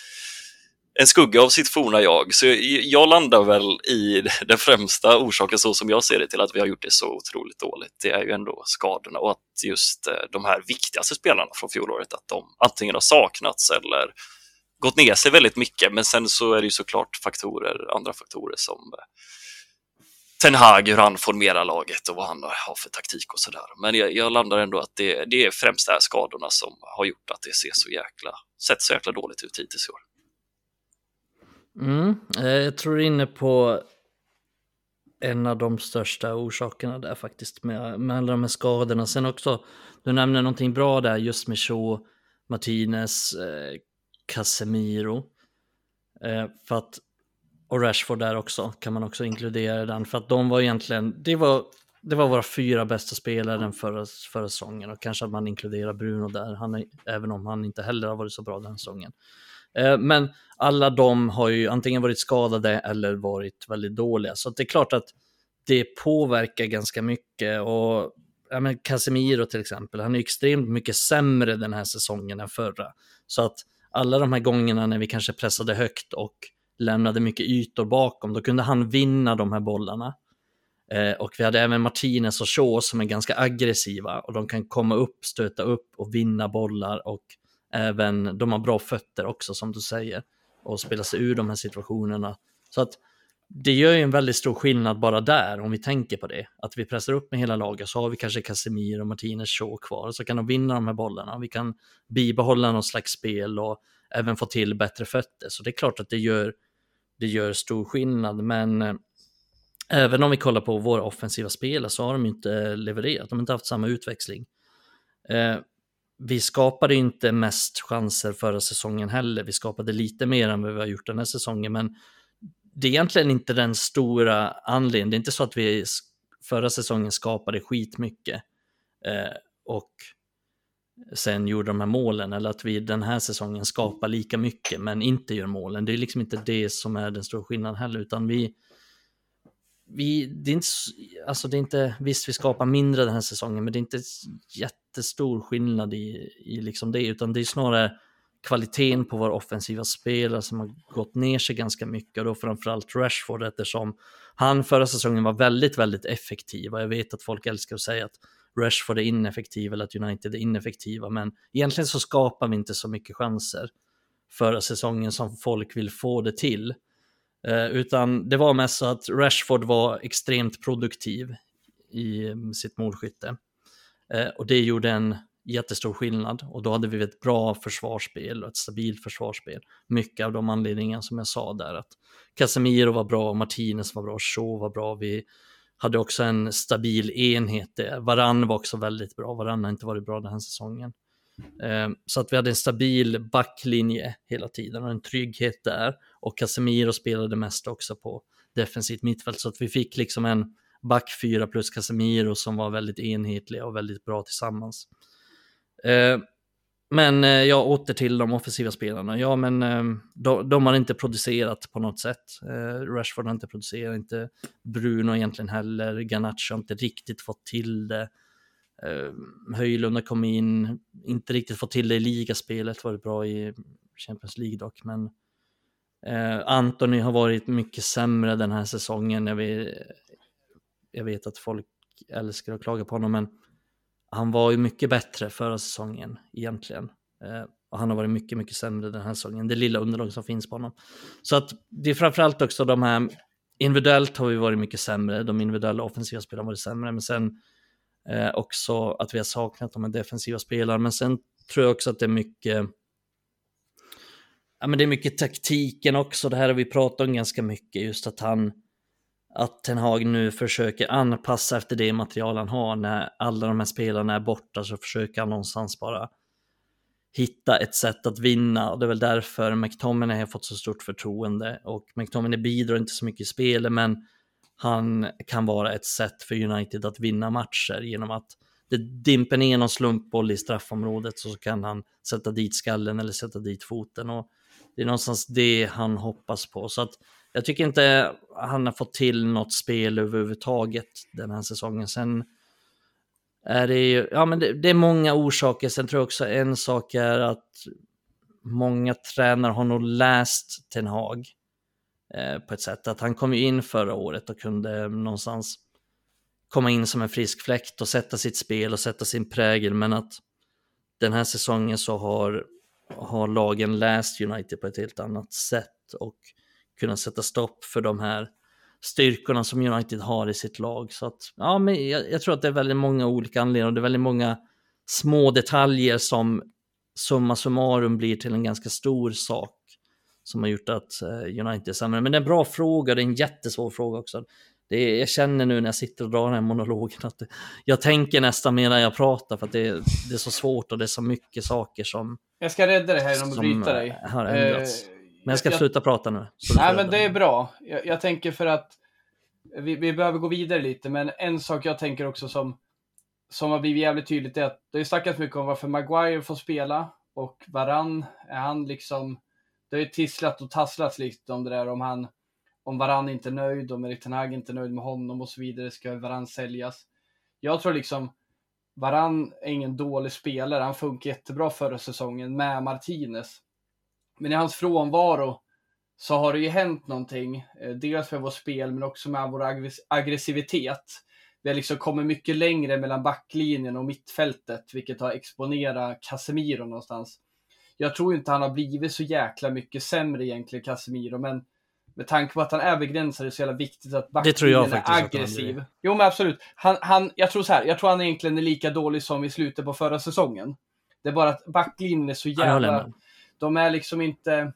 en skugga av sitt forna jag. Så jag, jag landar väl i den främsta orsaken, så som jag ser det, till att vi har gjort det så otroligt dåligt. Det är ju ändå skadorna, och att just eh, de här viktigaste spelarna från fjolåret, att de antingen har saknats eller gått ner sig väldigt mycket. Men sen så är det ju såklart faktorer, andra faktorer som eh, Ten Hag, hur han formerar laget och vad han har för taktik och sådär. Men jag, jag landar ändå att det, det är främst de här skadorna som har gjort att det ser så jäkla, sett så jäkla dåligt ut hittills i år. Mm, jag tror du är inne på en av de största orsakerna där faktiskt, med, med alla de här skadorna. Sen också, du nämner någonting bra där just med Shaw, Martinez, eh, Casemiro. Eh, för att och Rashford där också, kan man också inkludera den, för att de var egentligen, det var, det var våra fyra bästa spelare den förra, förra säsongen, och kanske att man inkluderar Bruno där, han är, även om han inte heller har varit så bra den säsongen. Eh, men alla de har ju antingen varit skadade eller varit väldigt dåliga, så att det är klart att det påverkar ganska mycket. Och ja, men Casemiro till exempel, han är extremt mycket sämre den här säsongen än förra, så att alla de här gångerna när vi kanske pressade högt och lämnade mycket ytor bakom, då kunde han vinna de här bollarna. Eh, och vi hade även Martinez och Shaw som är ganska aggressiva, och de kan komma upp, stöta upp och vinna bollar, och även de har bra fötter också, som du säger, och spela sig ur de här situationerna. Så att det gör ju en väldigt stor skillnad bara där, om vi tänker på det, att vi pressar upp med hela laget, så har vi kanske Casemiro och Martinez, Shaw kvar, så kan de vinna de här bollarna, vi kan bibehålla någon slags spel och även få till bättre fötter. Så det är klart att det gör det gör stor skillnad, men eh, även om vi kollar på våra offensiva spelare så har de inte levererat, de har inte haft samma utväxling. Eh, vi skapade inte mest chanser förra säsongen heller, vi skapade lite mer än vad vi har gjort den här säsongen, men det är egentligen inte den stora anledningen. Det är inte så att vi förra säsongen skapade skitmycket eh, och sen gjorde de här målen, eller att vi den här säsongen skapar lika mycket men inte gör målen. Det är liksom inte det som är den stora skillnaden heller, utan vi, vi det är inte, alltså det är inte, visst vi skapar mindre den här säsongen, men det är inte jättestor skillnad i, i liksom det, utan det är snarare kvaliteten på våra offensiva spelare som har gått ner sig ganska mycket, och då framförallt Rashford, eftersom han förra säsongen var väldigt, väldigt effektiv. Och jag vet att folk älskar att säga att Rashford är ineffektiv eller att United är ineffektiva, men egentligen så skapar vi inte så mycket chanser förra säsongen som folk vill få det till. Eh, utan det var mest så att Rashford var extremt produktiv i sitt målskytte. Eh, och det gjorde en jättestor skillnad, och då hade vi ett bra försvarsspel och ett stabilt försvarsspel. Mycket av de anledningar som jag sa där, att Casemiro var bra, Martinez var bra, Shaw var bra, vi hade också en stabil enhet där. Varane var också väldigt bra, Varane har inte varit bra den här säsongen. Eh, så att vi hade en stabil backlinje hela tiden och en trygghet där, och Casemiro spelade mest också på defensivt mittfält, så att vi fick liksom en back fyra plus Casemiro som var väldigt enhetliga och väldigt bra tillsammans. Eh, men eh, jag åter till de offensiva spelarna. Ja, men eh, de, de har inte producerat på något sätt. Eh, Rashford har inte producerat, inte Bruno egentligen heller. Garnacho har inte riktigt fått till det. Eh, Höjlund har kommit in, inte riktigt fått till det i ligaspelet, varit bra i Champions League dock, men eh, Antony har varit mycket sämre den här säsongen. Jag vet, jag vet att folk älskar att klaga på honom, men han var ju mycket bättre förra säsongen egentligen. Eh, och han har varit mycket, mycket sämre den här säsongen. Det lilla underlag som finns på honom. Så att det är framförallt också de här, individuellt har vi varit mycket sämre. De individuella offensiva spelarna har varit sämre. Men sen eh, också att vi har saknat de här defensiva spelarna. Men sen tror jag också att det är mycket, ja, men det är mycket taktiken också. Det här har vi pratat om ganska mycket. Just att han att Ten Hag nu försöker anpassa efter det material han har. När alla de här spelarna är borta så försöker han någonstans bara hitta ett sätt att vinna. Och det är väl därför McTominay har fått så stort förtroende. Och McTominay bidrar inte så mycket i spelet, men han kan vara ett sätt för United att vinna matcher genom att det dimper ner någon slumpboll i straffområdet, så kan han sätta dit skallen eller sätta dit foten. Och det är någonstans det han hoppas på. Så att jag tycker inte han har fått till något spel överhuvudtaget den här säsongen. Sen är det ju, ja men det, det är många orsaker. Sen tror jag också en sak är att många tränare har nog läst Ten Hag eh, på ett sätt. Att han kom in förra året och kunde någonstans komma in som en frisk fläkt och sätta sitt spel och sätta sin prägel. Men att den här säsongen så har, har lagen läst United på ett helt annat sätt och kunna sätta stopp för de här styrkorna som United har i sitt lag. Så att, ja, men jag, jag tror att det är väldigt många olika anledningar, och det är väldigt många små detaljer som summa summarum blir till en ganska stor sak som har gjort att uh, United är sämre. Men det är en bra fråga, det är en jättesvår fråga också. Det är, jag känner nu när jag sitter och drar den här monologen att det, jag tänker nästan mer när jag pratar, för att det, det är så svårt och det är så mycket saker som jag ska rädda dig här genom att bryta dig. Har ändrats. Uh, Men jag ska jag, sluta prata nu. Nej, men det är bra. Jag, jag tänker för att vi, vi behöver gå vidare lite. Men en sak jag tänker också som, som har blivit jävligt tydligt är att det har snackats mycket om varför Maguire får spela. Och Varane, är han liksom, det har ju tisslat och tasslat lite om det där. Om, han, om Varane inte är nöjd, om Erik Ten Hag inte är nöjd med honom och så vidare, ska Varane säljas. Jag tror liksom Varane är ingen dålig spelare. Han funkar jättebra förra säsongen med Martinez. Men i hans frånvaro så har det ju hänt någonting. Dels med vårt spel, men också med vår aggressivitet. Vi har liksom kommit mycket längre mellan backlinjen och mittfältet, vilket har exponerat Casemiro någonstans. Jag tror inte han har blivit så jäkla mycket sämre egentligen, Casemiro, men med tanke på att han är begränsad är det så jävla viktigt att backlinjen är aggressiv. Jo, men absolut. Han, han, jag tror så här, jag tror han egentligen är lika dålig som i slutet på förra säsongen. Det är bara att backlinjen är så jävla... De är liksom inte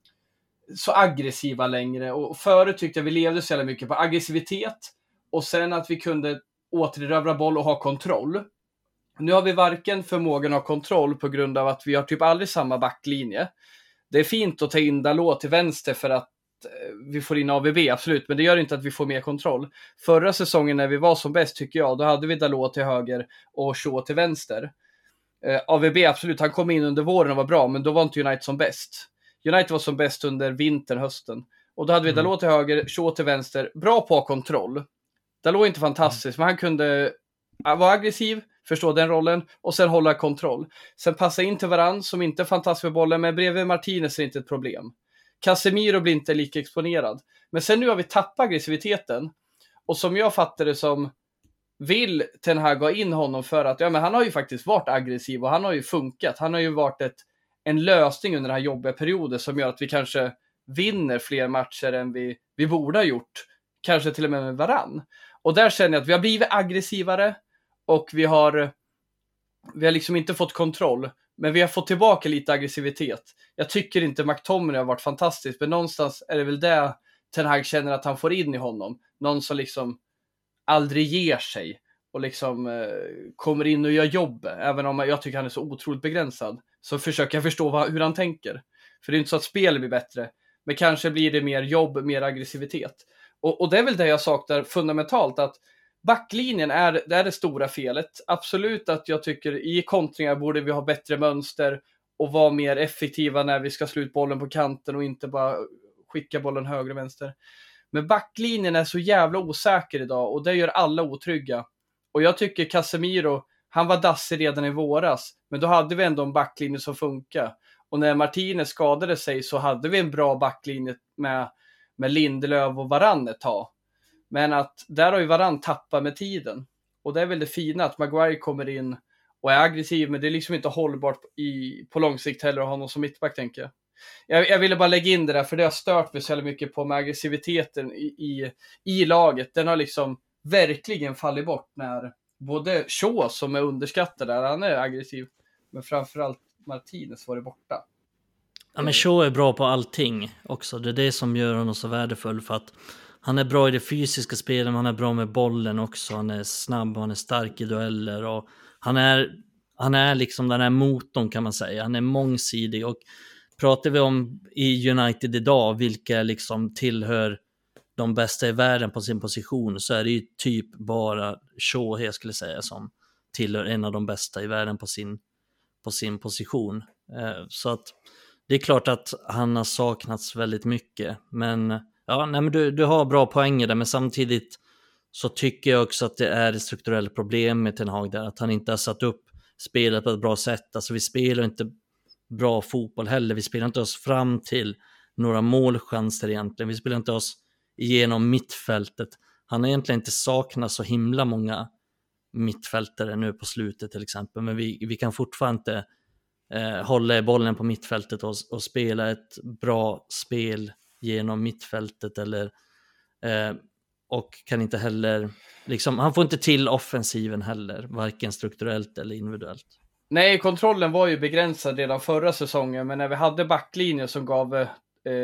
så aggressiva längre. Och förut tyckte jag vi levde så jävla mycket på aggressivitet. Och sen att vi kunde återerövra boll och ha kontroll. Nu har vi varken förmågan att ha kontroll på grund av att vi har typ aldrig samma backlinje. Det är fint att ta in Dalot till vänster för att vi får in A V B, absolut. Men det gör inte att vi får mer kontroll. Förra säsongen när vi var som bäst tycker jag, då hade vi Dalot till höger och Shaw till vänster. Uh, A V B, absolut, han kom in under våren och var bra, men då var inte United som bäst. United var som bäst under vintern, hösten. Och då hade vi mm. Dalot till höger, Shaw till vänster. Bra på kontroll. Dalot är inte fantastisk, mm. men han kunde uh, vara aggressiv, förstå den rollen och sen hålla kontroll. Sen passa in till Varane som inte är fantastisk med bollen, men bredvid Martinez är inte ett problem. Casemiro blir inte lika exponerad. Men sen nu har vi tappat aggressiviteten, och som jag fattar det som vill Ten Hag gå in honom för att ja, men han har ju faktiskt varit aggressiv och han har ju funkat. Han har ju varit ett, en lösning under den här jobbiga perioden som gör att vi kanske vinner fler matcher än vi, vi borde ha gjort. Kanske till och med med Varane. Och där känner jag att vi har blivit aggressivare och vi har, vi har liksom inte fått kontroll. Men vi har fått tillbaka lite aggressivitet. Jag tycker inte McTominay har varit fantastisk, men någonstans är det väl det Ten Hag känner att han får in i honom. Någon som liksom aldrig ger sig och liksom eh, kommer in och gör jobb. Även om jag tycker han är så otroligt begränsad, så försöker jag förstå vad, hur han tänker. För det är inte så att spelet blir bättre, men kanske blir det mer jobb, mer aggressivitet. Och, och det är väl det jag saknar fundamentalt, att backlinjen är, det är det stora felet. Absolut att jag tycker i kontringar borde vi ha bättre mönster och vara mer effektiva när vi ska slå ut bollen på kanten och inte bara skicka bollen höger och vänster. Men backlinjen är så jävla osäker idag och det gör alla otrygga. Och jag tycker Casemiro, han var dassig redan i våras, men då hade vi ändå en backlinje som funkar. Och när Martinez skadade sig så hade vi en bra backlinje med, med Lindelöf och Varane ett tag. Men att där har ju Varane tappat med tiden. Och det är väl det fina att Maguire kommer in och är aggressiv, men det är liksom inte hållbart i, på lång sikt heller att ha någon som mittback, tänker jag. jag. Jag ville bara lägga in det där, för det har stört mig så mycket på med aggressiviteten i, i, i laget. Den har liksom verkligen fallit bort när både Shaw, som är underskattad där, han är aggressiv, men framförallt Martinez var det borta. Ja, men Shaw är bra på allting också. Det är det som gör honom så värdefull, för att han är bra i det fysiska spelet, men han är bra med bollen också. Han är snabb, han är stark i dueller och han är, han är liksom den här motorn, kan man säga. Han är mångsidig, och pratar vi om i United idag vilka liksom tillhör de bästa i världen på sin position, så är det ju typ bara Shaw, jag skulle säga, som tillhör en av de bästa i världen på sin, på sin position. Så att det är klart att han har saknats väldigt mycket, men ja, nej, men du, du har bra poänger där, men samtidigt så tycker jag också att det är ett strukturellt problem med Ten Hag där, att han inte har satt upp spelet på ett bra sätt. Alltså vi spelar inte bra fotboll heller, vi spelar inte oss fram till några målchanser egentligen, vi spelar inte oss igenom mittfältet. Han har egentligen inte saknat så himla många mittfältare nu på slutet till exempel, men vi, vi kan fortfarande inte eh, hålla i bollen på mittfältet och, och spela ett bra spel genom mittfältet, eller eh, och kan inte heller liksom, han får inte till offensiven heller, varken strukturellt eller individuellt. Nej, kontrollen var ju begränsad redan förra säsongen, men när vi hade backlinjen som gav eh,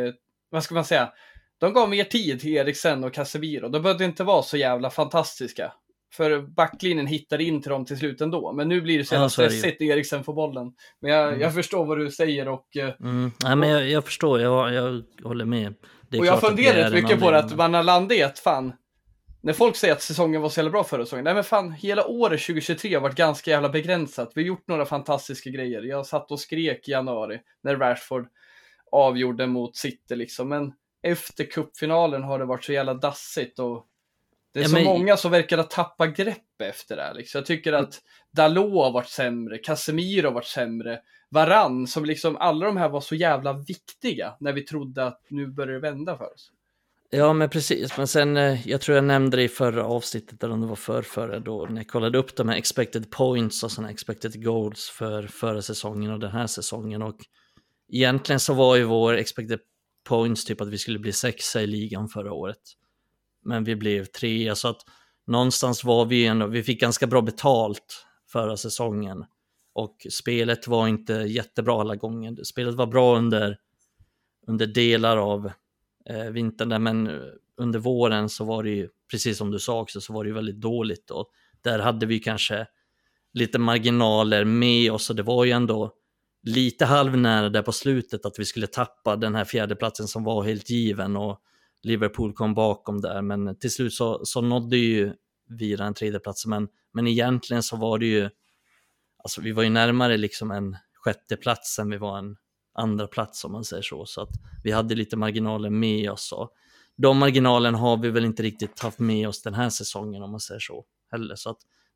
vad ska man säga, de gav mer tid till Eriksen och Casemiro. De behövde inte vara så jävla fantastiska, för backlinjen hittar in till dem till slut ändå. Men nu blir det så jävla ja, stressigt, Eriksen får bollen. Men jag, mm. jag förstår vad du säger och... Mm. Nej, men jag, jag förstår, jag, jag håller med. Det är och jag funderar mycket på det, att man har landat i att fan, när folk säger att säsongen var så jävla bra förra säsongen, nej men fan, hela året tjugo tjugotre har varit ganska jävla begränsat. Vi har gjort några fantastiska grejer. Jag satt och skrek i januari när Rashford avgjorde mot City liksom, men efter cupfinalen har det varit så jävla dassigt, och det är ja, så men... många som verkar att tappa grepp efter det här, liksom. Jag tycker att Dalot har varit sämre, Casemiro har varit sämre, Varane, som liksom, alla de här var så jävla viktiga när vi trodde att nu börjar det vända för oss. Ja, men precis. Men sen, jag tror jag nämnde det i förra avsnittet, eller om det var för förra då, när jag kollade upp de här expected points och såna expected goals för förra säsongen och den här säsongen, och egentligen så var ju vår expected points typ att vi skulle bli sexa i ligan förra året, men vi blev tre, så att någonstans var vi ändå, vi fick ganska bra betalt förra säsongen, och spelet var inte jättebra alla gånger. Spelet var bra under, under delar av eh, vintern där, men under våren så var det ju, precis som du sa också, så var det ju väldigt dåligt, och där hade vi kanske lite marginaler med oss, och det var ju ändå lite halvnära där på slutet att vi skulle tappa den här fjärdeplatsen som var helt given, och Liverpool kom bakom där, men till slut så, så nådde ju vi den tredjeplatsen, men, men egentligen så var det ju, alltså vi var ju närmare liksom en sjätteplats än vi var en andra plats, om man säger så, så att vi hade lite marginaler med oss, och de marginalen har vi väl inte riktigt haft med oss den här säsongen, om man säger så heller, så att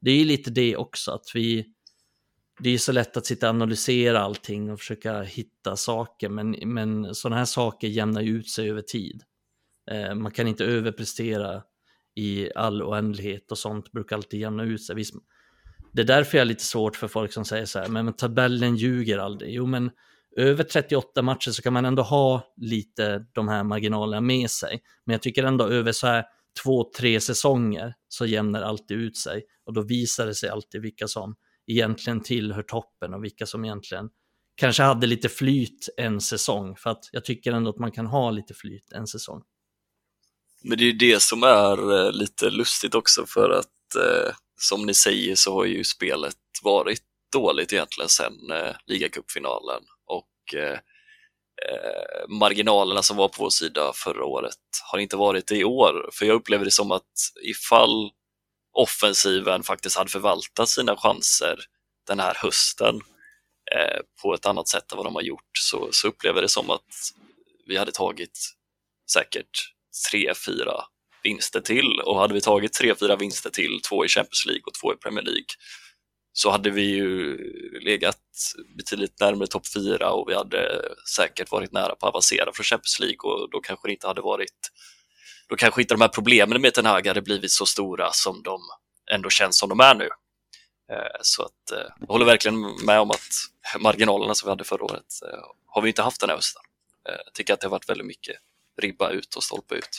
det är ju lite det också, att vi, det är så lätt att sitta och analysera allting och försöka hitta saker, men, men sådana här saker jämnar ju ut sig över tid. Eh, man kan inte överprestera i all oändlighet och sånt brukar alltid jämna ut sig. Visst, det är därför jag är lite svårt för folk som säger så här, men, men tabellen ljuger aldrig. Jo, men över trettioåtta matcher så kan man ändå ha lite de här marginalerna med sig. Men jag tycker ändå över så här två, tre säsonger så jämnar alltid ut sig. Och då visar det sig alltid vilka som egentligen tillhör toppen och vilka som egentligen kanske hade lite flyt en säsong. För att jag tycker ändå att man kan ha lite flyt en säsong. Men det är ju det som är eh, lite lustigt också, för att eh, som ni säger så har ju spelet varit dåligt egentligen sedan eh, ligacupfinalen, och eh, eh, marginalerna som var på vår sida förra året har inte varit det i år. För jag upplever det som att ifall offensiven faktiskt hade förvaltat sina chanser den här hösten eh, på ett annat sätt än vad de har gjort, så, så upplever det som att vi hade tagit säkert tre, fyra vinster till, och hade vi tagit tre, fyra vinster till, två i Champions League och två i Premier League, så hade vi ju legat betydligt närmare topp fyra, och vi hade säkert varit nära på att avancera från Champions League, och då kanske det inte hade varit då kanske inte de här problemen med Ten Hag hade blivit så stora som de ändå känns som de är nu. Så att jag håller verkligen med om att marginalerna som vi hade förra året har vi inte haft den här hösten. Jag tycker att det har varit väldigt mycket ribba ut och stolpa ut.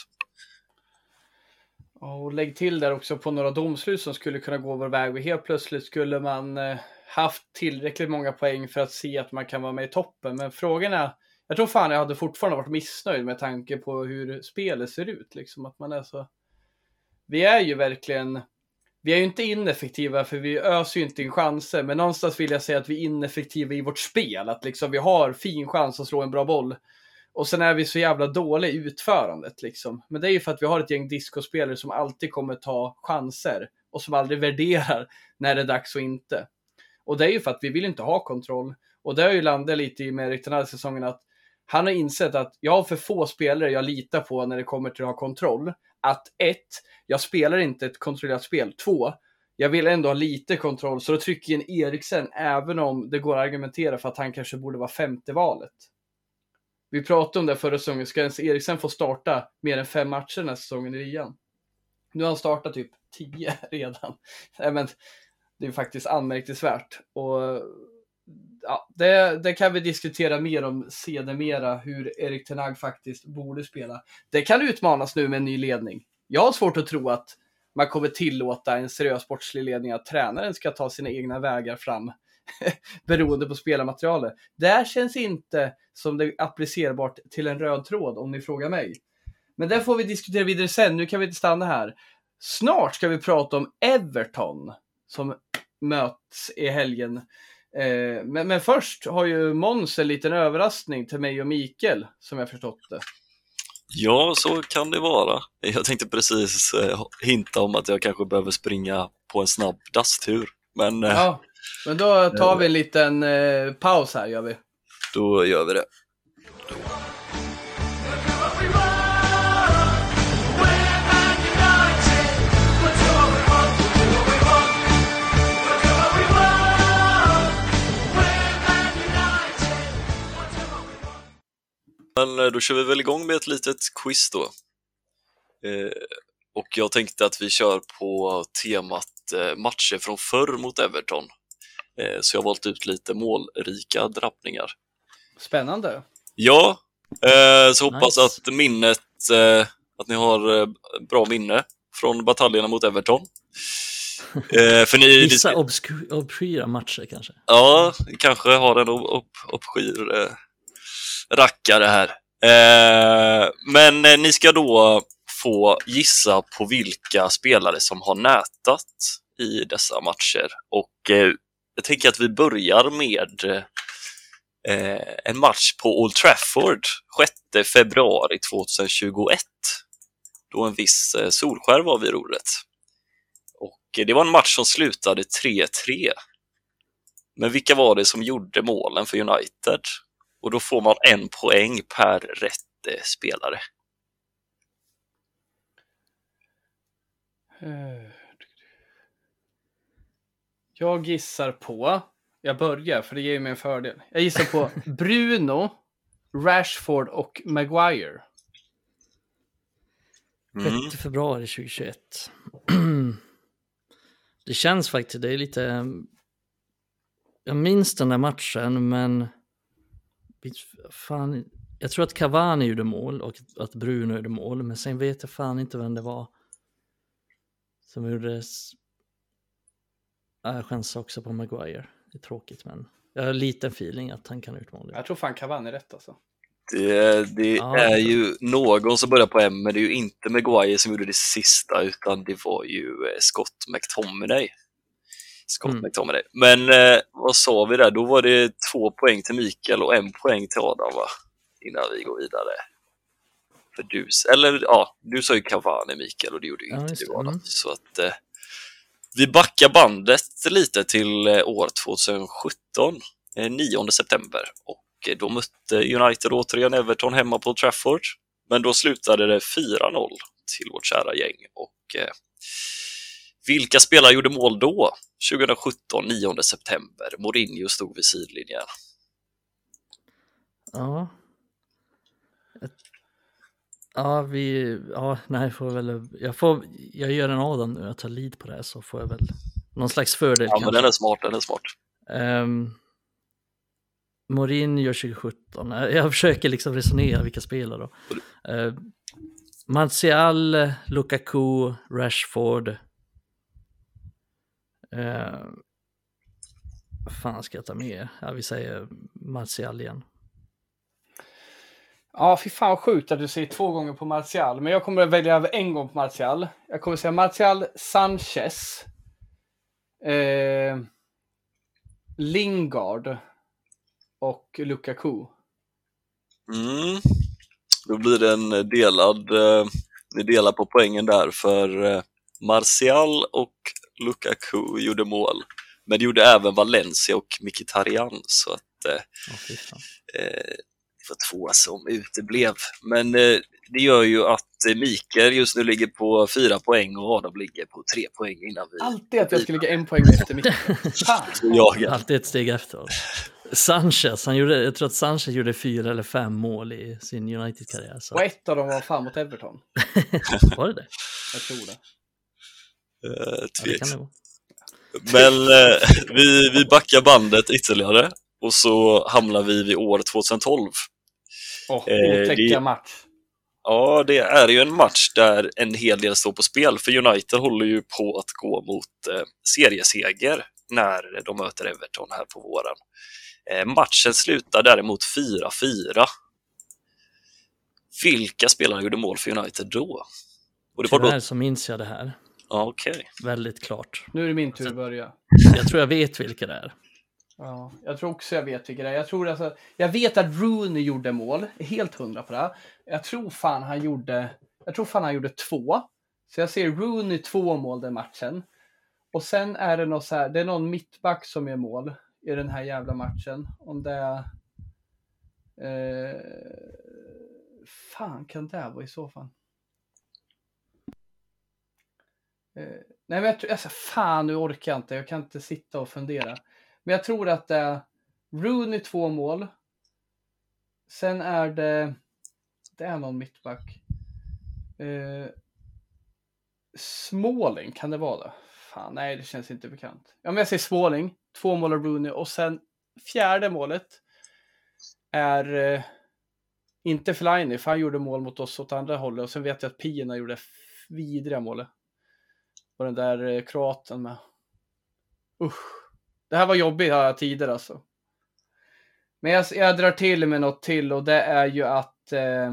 Och lägg till där också på några domslut som skulle kunna gå vår väg. Och helt plötsligt skulle man haft tillräckligt många poäng för att se att man kan vara med i toppen. Men frågan är, jag tror fan jag hade fortfarande varit missnöjd med tanke på hur spelet ser ut. Liksom att man är så... Vi är ju verkligen... Vi är ju inte ineffektiva, för vi öser ju inte in chanser. Men någonstans vill jag säga att vi är ineffektiva i vårt spel. Att liksom vi har fin chans att slå en bra boll. Och sen är vi så jävla dåliga i utförandet liksom. Men det är ju för att vi har ett gäng discospelare som alltid kommer ta chanser. Och som aldrig värderar när det är dags och inte. Och det är ju för att vi vill inte ha kontroll. Och det har ju landat lite i med den här säsongen att han har insett att jag har för få spelare jag litar på när det kommer till att ha kontroll. Att ett, jag spelar inte ett kontrollerat spel. Två, jag vill ändå ha lite kontroll. Så då trycker jag in Eriksen även om det går att argumentera för att han kanske borde vara femte valet. Vi pratade om det förra säsongen. Ska ens Eriksen få starta mer än fem matcher den här säsongen i ligan? Nu har han startat typ tio redan. Men det är faktiskt anmärkningsvärt. Och ja, det, det kan vi diskutera mer om sedermera, hur Erik Ten Hag faktiskt borde spela. Det kan utmanas nu med en ny ledning. Jag har svårt att tro att man kommer tillåta en seriös sportslig ledning att tränaren ska ta sina egna vägar fram beroende på spelarmaterialet. Det här känns inte som det är applicerbart till en röd tråd, om ni frågar mig. Men det får vi diskutera vidare sen. Nu kan vi inte stanna här. Snart ska vi prata om Everton som möts i helgen. Eh, men, men först har ju Måns en liten överraskning till mig och Mikael, som jag förstått det. Ja, så kan det vara. Jag tänkte precis eh, hinta om att jag kanske behöver springa på en snabb dasstur. Men, eh, ja, men då tar vi en liten eh, paus här, gör vi. Då gör vi det. Men då kör vi väl igång med ett litet quiz då. Eh, och jag tänkte att vi kör på temat eh, matcher från förr mot Everton. Eh, så jag har valt ut lite målrika drabbningar. Spännande. Ja, eh, så hoppas Nice. att minnet, eh, att ni har eh, bra minne från bataljerna mot Everton. Eh, för ni, Vissa ni, obsky- obskyra matcher kanske. ja, kanske har en upp, uppskyr eh, rackare här. Eh, men eh, ni ska då få gissa på vilka spelare som har nätat i dessa matcher. Och eh, jag tänker att vi börjar med eh, en match på Old Trafford sjätte februari tjugohundratjugoett. Då en viss eh, Solskär var vid rodret. Och eh, det var en match som slutade tre tre. Men vilka var det som gjorde målen för United? Och då får man en poäng per rätt eh, spelare. Jag gissar på, jag börjar för det ger mig en fördel. Jag gissar på Bruno, Rashford och Maguire. Mm. sjätte februari tjugohundratjugoett. Det känns faktiskt, det är lite... Jag minns den där matchen, men... Fan, jag tror att Cavani gjorde mål och att Bruno gjorde mål, men sen vet jag fan inte vem det var som gjorde... Jag chansar också på Maguire. Det är tråkigt, men jag har lite feeling att han kan utmåla. Jag tror fan Cavani är rätt alltså. Det, det ja, är ju någon som börjar på M, men det är ju inte Maguire som gjorde det sista, utan det var ju Scott McTominay. Scott Mm. McTominay. Men eh, vad sa vi där? Då var det två poäng till Mikael och en poäng till Adam, va? Innan vi går vidare. För du, eller ja, du sa ju Cavani, Mikael, och det gjorde ju Ja, inte just du, det. Adam. Mm. Så att eh, vi backar bandet lite till eh, år tjugosjutton, eh, nionde september. Och eh, då mötte United återigen Everton hemma på Trafford. Men då slutade det fyra noll till vårt kära gäng. Och eh, vilka spelare gjorde mål då? tjugosjutton, nionde september. Mourinho stod vid sidlinjen. Ja. Ja, vi... Ja, nej, får väl... Jag, får, jag gör en Adam nu, jag tar lead på det här, så får jag väl någon slags fördel. Ja, kanske. men den är smart, den är smart. Um, Mourinho tjugosjutton. Jag försöker liksom resonera vilka spelare då. Uh, Martial, Lukaku, Rashford. Uh, vad fan ska jag ta med? Ja, vi säger Martial igen. Ja, fy fan vad sjukt att du säger två gånger på Martial. Men jag kommer att välja över en gång på Martial. Jag kommer att säga Martial, Sanchez, eh, Lingard och Lukaku. Mm. Då blir det en delad, eh, ni delar på poängen där, för eh, Martial och Lukaku gjorde mål. Men det gjorde även Valencia och Mkhitaryan, så att eh, Oh, fy fan. eh, det var två som uteblev. Men eh, det gör ju att eh, Mikael just nu ligger på fyra poäng och Adam ligger på tre poäng innan vi... Alltid att jag ska ligga en poäng efter mitt. Fan. Jag, Alltid ett steg efter. Sanchez, han gjorde, jag tror att Sanchez gjorde fyra eller fem mål i sin United-karriär. Så. Och ett av dem var fan mot Everton. Var det det? Jag tror det. eh, Ja, det kan tveks. det vara. Men eh, vi, vi backar bandet ytterligare och så hamnar vi vid år tjugotolv. Åh, Eh, otäcka det- match. Ja, det är ju en match där en hel del står på spel, för United håller ju på att gå mot eh, serieseger när de möter Everton här på våren. Eh, matchen slutar däremot fyra fyra. Vilka spelare gjorde mål för United då? Och det var Tyvärr då... så minns jag det här Ja, okej. väldigt klart. Nu är det min tur att börja. Jag tror jag vet vilka det är. Ja, jag tror också jag vet vilka det är. Jag tror alltså, jag vet att Rooney gjorde mål. Jag är helt hundra på det. Jag tror fan han gjorde, jag tror fan han gjorde två. Så jag ser Rooney två mål den matchen. Och sen är det något så här, det är någon mittback som gör mål i den här jävla matchen. Om det är... Eh, fan kan det vara i så fall? Eh, nej men jag tror, alltså, fan nu orkar jag inte. Jag kan inte sitta och fundera. Men jag tror att det är Rooney två mål. Sen är det... Det är någon mittback. Eh, Smalling, kan det vara det? Fan, nej det känns inte bekant. Ja men jag säger Smalling. Två mål av Rooney. Och sen fjärde målet är... Eh, inte Fellaini, för han gjorde mål mot oss åt andra hållet. Och sen vet jag att Pina gjorde vidriga målet. Och den där eh, kroaten med. Usch. Det här var jobbiga tider alltså. Men jag, jag drar till med något till. Och det är ju att eh,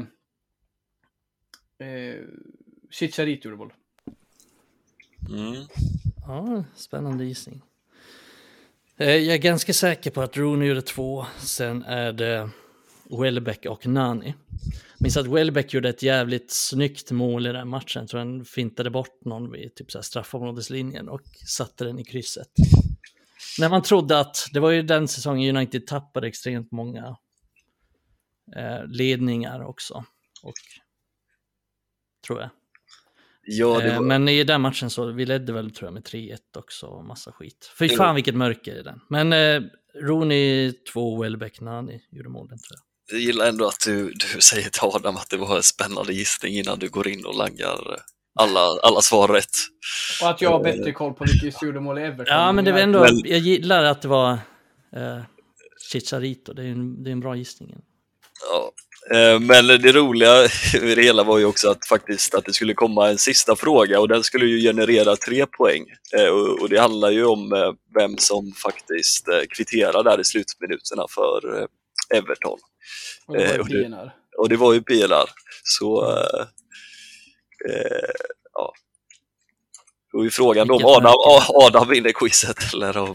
eh, Chicharito gjorde mål. Mm. Ja, spännande gissning. Eh, Jag är ganska säker på att Rooney gjorde två. Sen är det Welbeck och Nani. Minns att Welbeck gjorde ett jävligt snyggt mål i den matchen. Jag tror han fintade bort någon vid typ så här straffområdeslinjen och satte den i krysset. När man trodde att, det var ju den säsongen United tappade extremt många eh, ledningar också. Och, tror jag. Ja, det var... Men i den matchen så vi ledde väl tror jag med tre ett också och massa skit. Fy fan vilket mörker i den. Men eh, Rooney två och Welbeck Nani gjorde målen tror jag. Jag gillar ändå att du, du säger till Adam att det var en spännande gissning innan du går in och langar alla, alla svar rätt. Och att jag har bättre koll på vilka som gjorde mål i Everton. Ja, men det var ändå, men... jag gillar att det var eh, Chicharito. Det är, en, det är en bra gissning. Ja. Men det roliga i det hela var ju också att faktiskt att det skulle komma en sista fråga och den skulle ju generera tre poäng och det handlar ju om vem som faktiskt kvitterar där i slutminuterna för Everton. Och det var ju P N R. Och det var ju P N R. Så eh, ja. Då är frågan då om Adam, Adam vinner quizet eller om...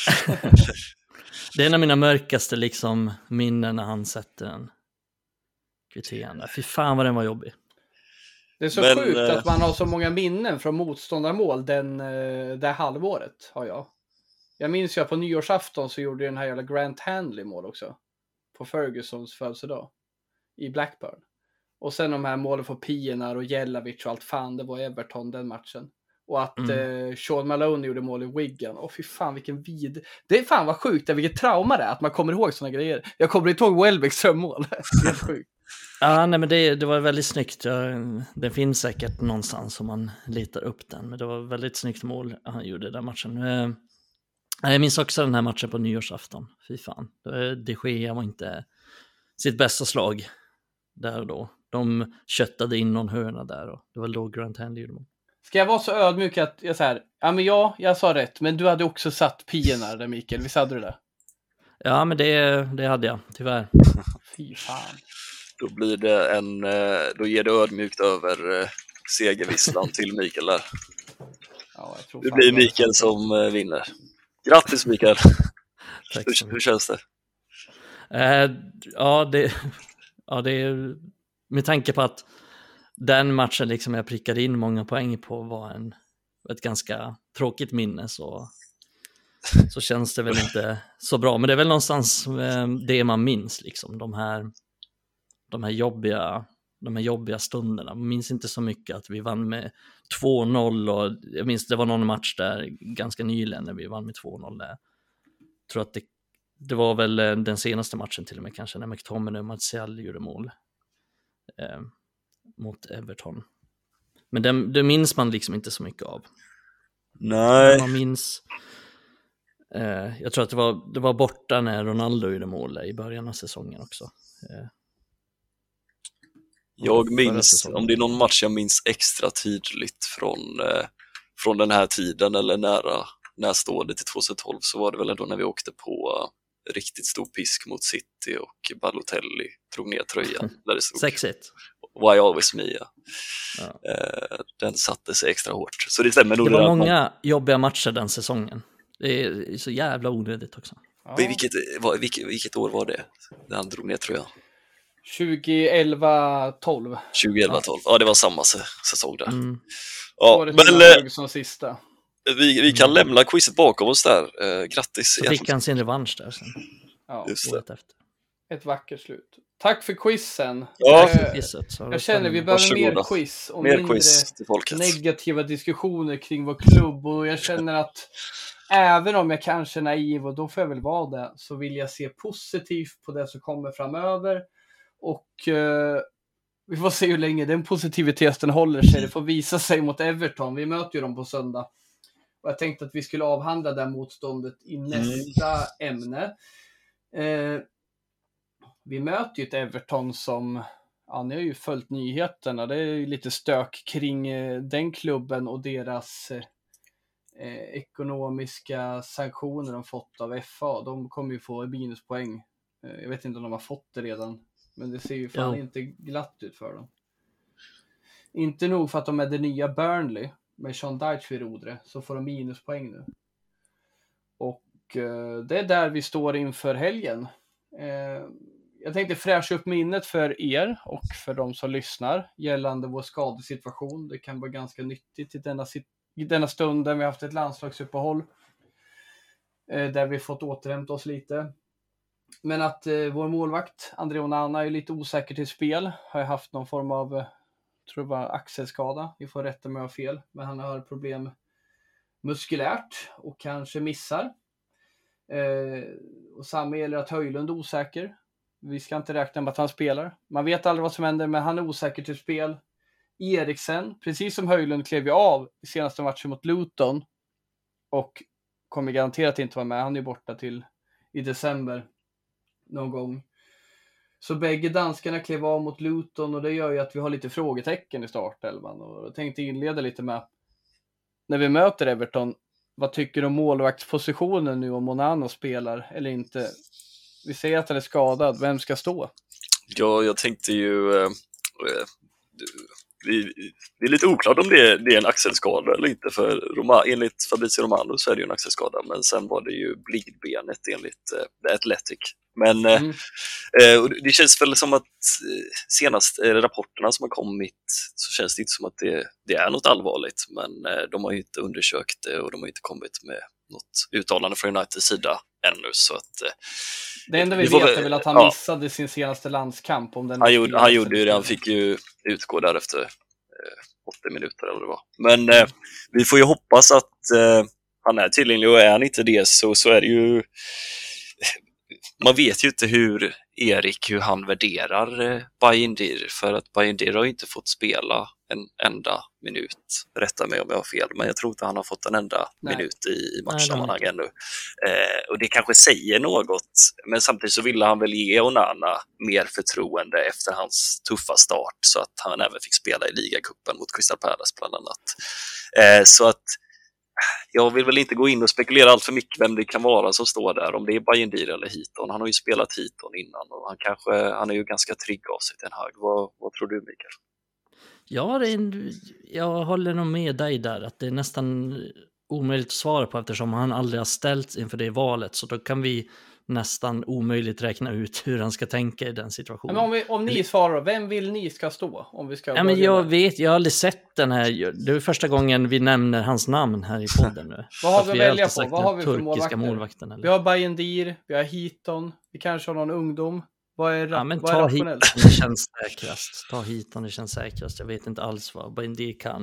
Det är en av mina mörkaste liksom minnen när han sätter den. Kvitterande. Fy fan vad den var jobbig. Det är så Men, sjukt att man har så många minnen från motståndarmål den, det halvåret har jag. Jag minns ju att på nyårsafton så gjorde den här jävla Grant Handley mål också. På Fergusons födelsedag. I Blackburn. Och sen de här målen för P N R och Jelavic och allt fan. Det var Everton den matchen. Och att mm. eh, Sean Malone gjorde mål i Wigan. Åh fy fan vilken vid... Det är fan vad sjukt. Vilket trauma det är att man kommer ihåg såna grejer. Jag kommer inte ihåg Welbecks drömmål. Det är sjukt. Ja, nej, men det, det var väldigt snyggt. Det finns säkert någonstans om man letar upp den. Men det var väldigt snyggt mål han gjorde den matchen. Jag minns också den här matchen på nyårsafton. Fy fan. De Gea var inte sitt bästa slag där och då. De köttade in någon hörna där. Och det var då Grant Handley gjorde mål. Ska jag vara så ödmjuk att jag säger, ja men ja, jag sa rätt. Men du hade också satt P N R där, Mikael. Visst hade du det? Ja, men det, det hade jag, tyvärr. Fy fan. Då blir det en, då ger det ödmjukt över segervisslan till Mikael där. Ja, jag tror det blir Mikael som vinner. Grattis Mikael. hur, hur känns det? Eh, ja, det, ja, det är med tanke på att den matchen liksom jag prickade in många poäng på var en, ett ganska tråkigt minne så, så känns det väl inte så bra. Men det är väl någonstans eh, det man minns liksom, de här de här jobbiga de här jobbiga stunderna. Jag minns inte så mycket att vi vann med två noll och jag minns det var någon match där ganska nyligen när vi vann med två noll där. Jag tror att det, det var väl den senaste matchen till och med kanske när McTominay och Martial gjorde mål eh, mot Everton. Men det, det minns man liksom inte så mycket av. Nej. Man minns eh, jag tror att det var, det var borta när Ronaldo gjorde mål i början av säsongen också. Eh, Jag minns, om det är någon match jag minns extra tydligt från, eh, från den här tiden eller nära närstående till tjugohundratolv så var det väl ändå när vi åkte på uh, riktigt stor pisk mot City och Balotelli drog ner tröjan där det stod sex ett Why Always Me. Ja. Ja. Eh, den satte sig extra hårt. Så det stämmer nog. Det var många man... jobbiga matcher den säsongen. Det är så jävla onödigt också. Ja. Vilket, var, vilket, vilket år var det när han drog ner tröjan? tjugoelva tolv tjugoelva tolv Ja, det var samma säsong där. Mm. Ja, men som sista. Vi, vi kan mm. lämna quizet bakom oss där. Eh, grattis. Så fick han sin revansch där sen. Ja, just det. Efter. Ett vackert slut. Tack för quizen. Ja. Eh, jag känner vi behöver mer quiz och mer mindre quiz till folket. Negativa diskussioner kring vår klubb och jag känner att även om jag kanske är naiv och då får jag väl vara det så vill jag se positivt på det som kommer framöver. Och eh, vi får se hur länge den positiviteten håller sig. Det får visa sig mot Everton. Vi möter ju dem på söndag. Och jag tänkte att vi skulle avhandla det motståndet i nästa mm. ämne. Eh, vi möter ju ett Everton som... Ja, ni har ju följt nyheterna. Det är ju lite stök kring eh, den klubben och deras eh, ekonomiska sanktioner de fått av F A. De kommer ju få minuspoäng. Eh, jag vet inte om de har fått det redan. Men det ser ju fan ja. inte glatt ut för dem. Inte nog för att de är det nya Burnley med Sean Dyche vid rodret så får de minuspoäng nu. Och eh, det är där vi står inför helgen. Eh, jag tänkte fräscha upp minnet för er och för de som lyssnar gällande vår skadesituation. Det kan vara ganska nyttigt i denna, i denna stund där vi har haft ett landslagsuppehåll. Eh, där vi fått återhämta oss lite. Men att eh, vår målvakt André Onana är lite osäker till spel. Har jag haft någon form av eh, tror det var axelskada. Vi får rätta mig av fel. Men han har problem muskulärt och kanske missar. Eh, och samma gäller att Höjlund är osäker. Vi ska inte räkna med att han spelar. Man vet aldrig vad som händer, men han är osäker till spel. Eriksen, precis som Höjlund, klev ju av i senaste matchen mot Luton. Och kommer garanterat inte vara med. Han är borta till i december någon gång. Så bägge danskarna klev av mot Luton och det gör ju att vi har lite frågetecken i startelvan. Och jag tänkte inleda lite med, när vi möter Everton, vad tycker du om målvaktspositionen nu, om Onana spelar eller inte? Vi säger att han är skadad, vem ska stå? Ja, jag tänkte ju... Eh, vi, det är lite oklart om det, det är en axelskada eller inte, för Roma, enligt Fabrizio Romano så är det ju en axelskada, men sen var det ju blidbenet enligt eh, Athletic. Men mm. eh, och det känns väl som att eh, senast eh, rapporterna som har kommit så känns det inte som att det, det är något allvarligt, men eh, de har ju inte undersökt det och de har inte kommit med något uttalande från Uniteds sida ännu, så att eh, det enda vi, vi vet är väl att han ja. missade sin senaste landskamp. Om den han gjorde, han gjorde ju det, han fick ju utgå där efter eh, åttio minuter eller vad det var. Men eh, vi får ju hoppas att eh, han är tillgänglig, och är han inte det så, så är det ju... Man vet ju inte hur Erik, hur han värderar eh, Bayindir, för att Bayindir har ju inte fått spela en enda minut. Rätta mig om jag har fel, men jag tror inte han har fått en enda nej. minut i, i matchsammanhang ännu. Eh, och det kanske säger något, men samtidigt så ville han väl ge Onana mer förtroende efter hans tuffa start, så att han även fick spela i ligacupen mot Crystal Palace bland annat. Eh, så att jag vill väl inte gå in och spekulera allt för mycket vem det kan vara som står där, om det är Bayindir eller Heaton. Han har ju spelat Heaton innan och han kanske han är ju ganska trygg av sig, Ten Hag. Vad, vad tror du, Mikael? Ja, det är en, jag håller nog med dig där, att det är nästan omöjligt att svara på eftersom han aldrig har ställts inför det valet, så då kan vi nästan omöjligt räkna ut hur han ska tänka i den situationen. Men om, vi, om ni svarar, vem vill ni ska stå? Om vi ska ja, men jag vet, jag har aldrig sett den här, det är första gången vi nämner hans namn här i podden nu. Vad har vi att välja på? Vad har vi för målvakter? målvakten? Eller? Vi har Bayindir, vi har Heaton, vi kanske har någon ungdom. Vad är, ja, men vad ta är rationellt? Heaton, det känns säkrast. Ta Heaton, det känns säkrast. Jag vet inte alls vad Bayindir kan.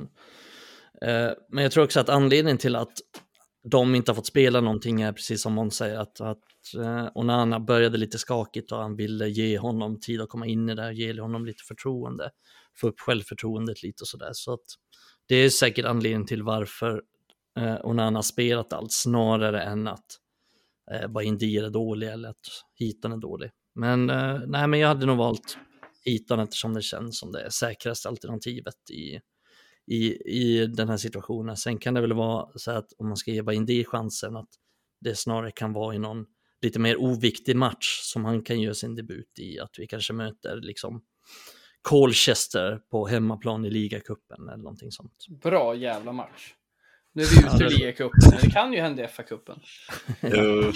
Uh, men jag tror också att anledningen till att de inte har fått spela någonting är precis som hon säger, att, att uh, Onana började lite skakigt och han ville ge honom tid att komma in i det här, ge honom lite förtroende, få upp självförtroendet lite och sådär. Så att det är säkert anledningen till varför uh, Onana spelat allt, snarare än att uh, Bayindir är dålig eller att Heaton är dålig. Men, uh, nej, men jag hade nog valt Heaton eftersom det känns som det är säkraste alternativet i I, i den här situationen. Sen kan det väl vara så att om man ska ge Bayindir chansen, att det snarare kan vara i någon lite mer oviktig match som han kan göra sin debut i, att vi kanske möter liksom Colchester på hemmaplan i ligacupen eller någonting sånt. Bra jävla match. Nu är vi ute i ligacupen, det kan ju hända i F A-cupen. Ja.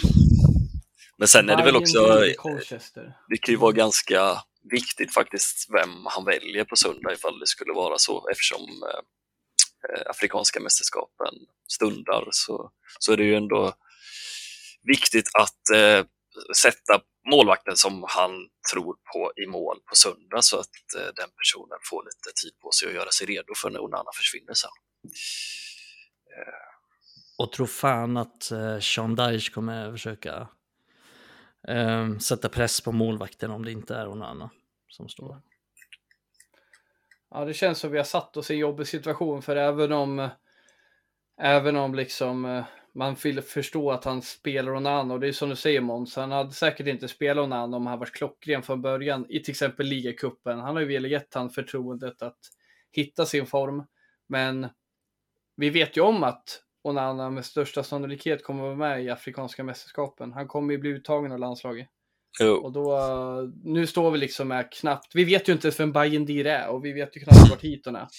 Men sen är det väl också, det kan ju vara ganska viktigt faktiskt vem han väljer på söndag ifall det skulle vara så, eftersom eh, afrikanska mästerskapen stundar, så, så är det ju ändå viktigt att eh, sätta målvakten som han tror på i mål på söndag, så att eh, den personen får lite tid på sig att göra sig redo för när Onana försvinner sen. Eh. Och tror fan att eh, Sean Dyche kommer försöka eh, sätta press på målvakten om det inte är Onana som står. Ja, det känns som vi har satt oss i en jobbig situation, för även om även om liksom man vill förstå att han spelar Onana, och det är som du säger Måns, han hade säkert inte spelat Onana om han var klockren från början i till exempel ligacupen. Han har ju velat gett han förtroendet att hitta sin form, men vi vet ju om att Onana med största sannolikhet kommer att vara med i afrikanska mästerskapen. Han kommer ju bli uttagen av landslaget. Oh. Och då, nu står vi liksom med knappt, vi vet ju inte ens vem Bayindir är, och vi vet ju knappt vart Heaton är.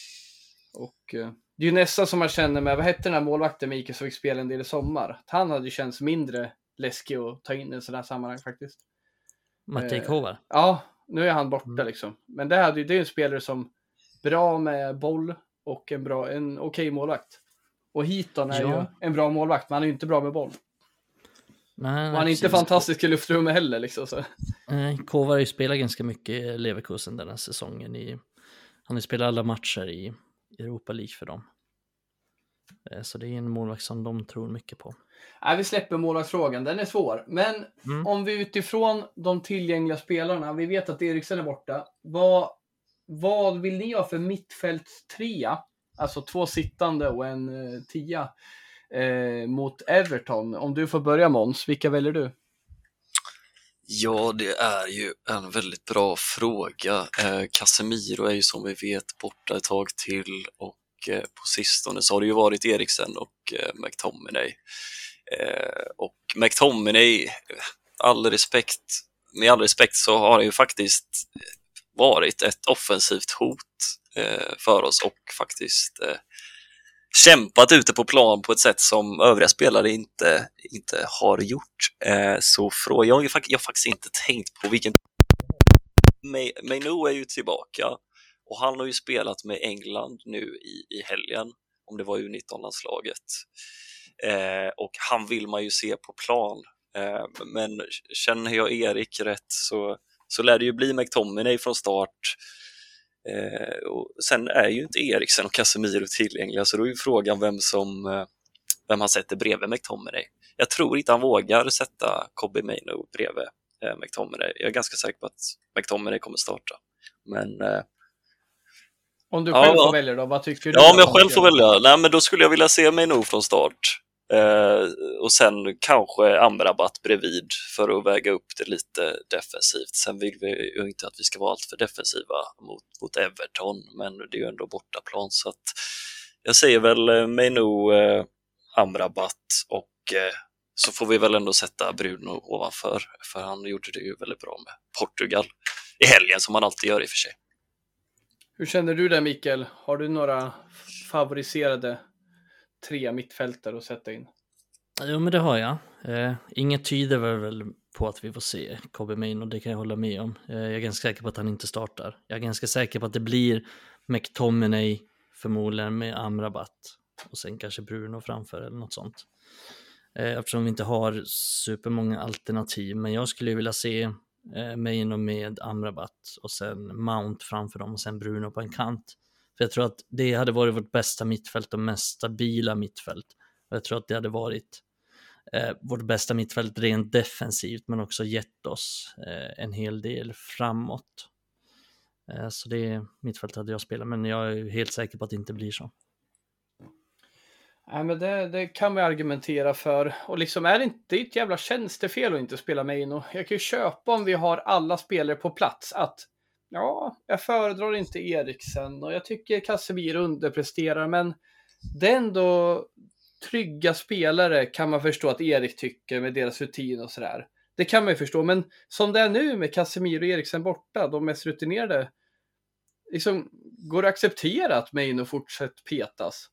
Och uh, det är ju nästan som man känner med, vad hette den här målvakten Mikael som fick spela en del i sommar? Att han hade ju känts mindre läskig att ta in i en sån här sammanhang faktiskt. Matej Kovar. Uh, ja, nu är han borta mm. liksom. Men det, hade, det är en spelare som bra med boll och en bra, en okej okay målvakt. Och Heaton är ja. ju en bra målvakt, men han är ju inte bra med boll. Nej, och han är inte fantastisk i luftrummet heller liksom, så. Nej, Kovar har ju spelat ganska mycket i Leverkusen den här säsongen i han har spelat alla matcher i Europa League för dem. Så det är en målvakt som de tror mycket på. Nej, vi släpper målvaktsfrågan, den är svår. Men mm. om vi utifrån de tillgängliga spelarna, vi vet att Eriksen är borta. Vad, vad vill ni ha för mittfältstrea? Alltså två sittande och en eh, tia eh, mot Everton. Om du får börja, Måns, vilka väljer du? Ja, det är ju en väldigt bra fråga. Eh, Casemiro är ju som vi vet borta ett tag till, och eh, på sistone så har det ju varit Eriksen och eh, McTominay. Eh, och McTominay, all respekt, med all respekt så har det ju faktiskt varit ett offensivt hot eh, för oss och faktiskt eh, kämpat ute på plan på ett sätt som övriga spelare inte, inte har gjort. Eh, så frå, jag, har ju, jag har faktiskt inte tänkt på vilken... Mainoo är ju tillbaka och han har ju spelat med England nu i, i helgen, om det var ju nitton-landslaget. Eh, och han vill man ju se på plan. Eh, men känner jag Erik rätt så, så lär det ju bli McTominay från start. Eh, och sen är ju inte Eriksen och Casemiro tillgängliga, så då är ju frågan vem som eh, vem han sätter bredvid McTominay. Jag tror inte han vågar sätta Kobbie Mainoo bredvid eh, McTominay. Jag är ganska säker på att McTominay kommer starta. Men eh, om du själv ja, får välja då, vad tycker du? Ja, om jag själv får välja, nej men då skulle jag vilja se Mainoo från start. Eh, och sen kanske Amrabat bredvid för att väga upp det lite defensivt. Sen vill vi ju inte att vi ska vara allt för defensiva mot, mot Everton, men det är ju ändå bortaplan, så att jag säger väl Mainoo, eh, Amrabat och eh, så får vi väl ändå sätta Bruno ovanför, för han gjorde det ju väldigt bra med Portugal i helgen, som han alltid gör i och för sig. Hur känner du det, Mikael? Har du några favoriserade tre mittfältare att sätta in? Jo, men det har jag. Eh, inget tyder väl på att vi får se Kobbie Mainoo, det kan jag hålla med om. Eh, jag är ganska säker på att han inte startar. Jag är ganska säker på att det blir McTominay förmodligen med Amrabat och sen kanske Bruno framför eller något sånt. Eh, eftersom vi inte har supermånga alternativ, men jag skulle vilja se eh, Mainoo med Amrabat och sen Mount framför dem och sen Bruno på en kant. För jag tror att det hade varit vårt bästa mittfält och mest stabila mittfält. Och jag tror att det hade varit eh, vårt bästa mittfält rent defensivt, men också gett oss eh, en hel del framåt. Eh, så det mittfält hade jag spelat, men jag är helt säker på att det inte blir så. Nej, men det, det kan vi argumentera för. Och liksom är det inte ett jävla tjänstefel att inte spela Mainoo. Jag kan ju köpa om vi har alla spelare på plats att ja, jag föredrar inte Eriksen och jag tycker Casemiro underpresterar, men det är ändå trygga spelare, kan man förstå att Erik tycker med deras rutin och sådär. Det kan man ju förstå, men som det är nu med Casemiro och Eriksen borta, de mest rutinerade, liksom, går det att acceptera att Mainoo fortsätter petas?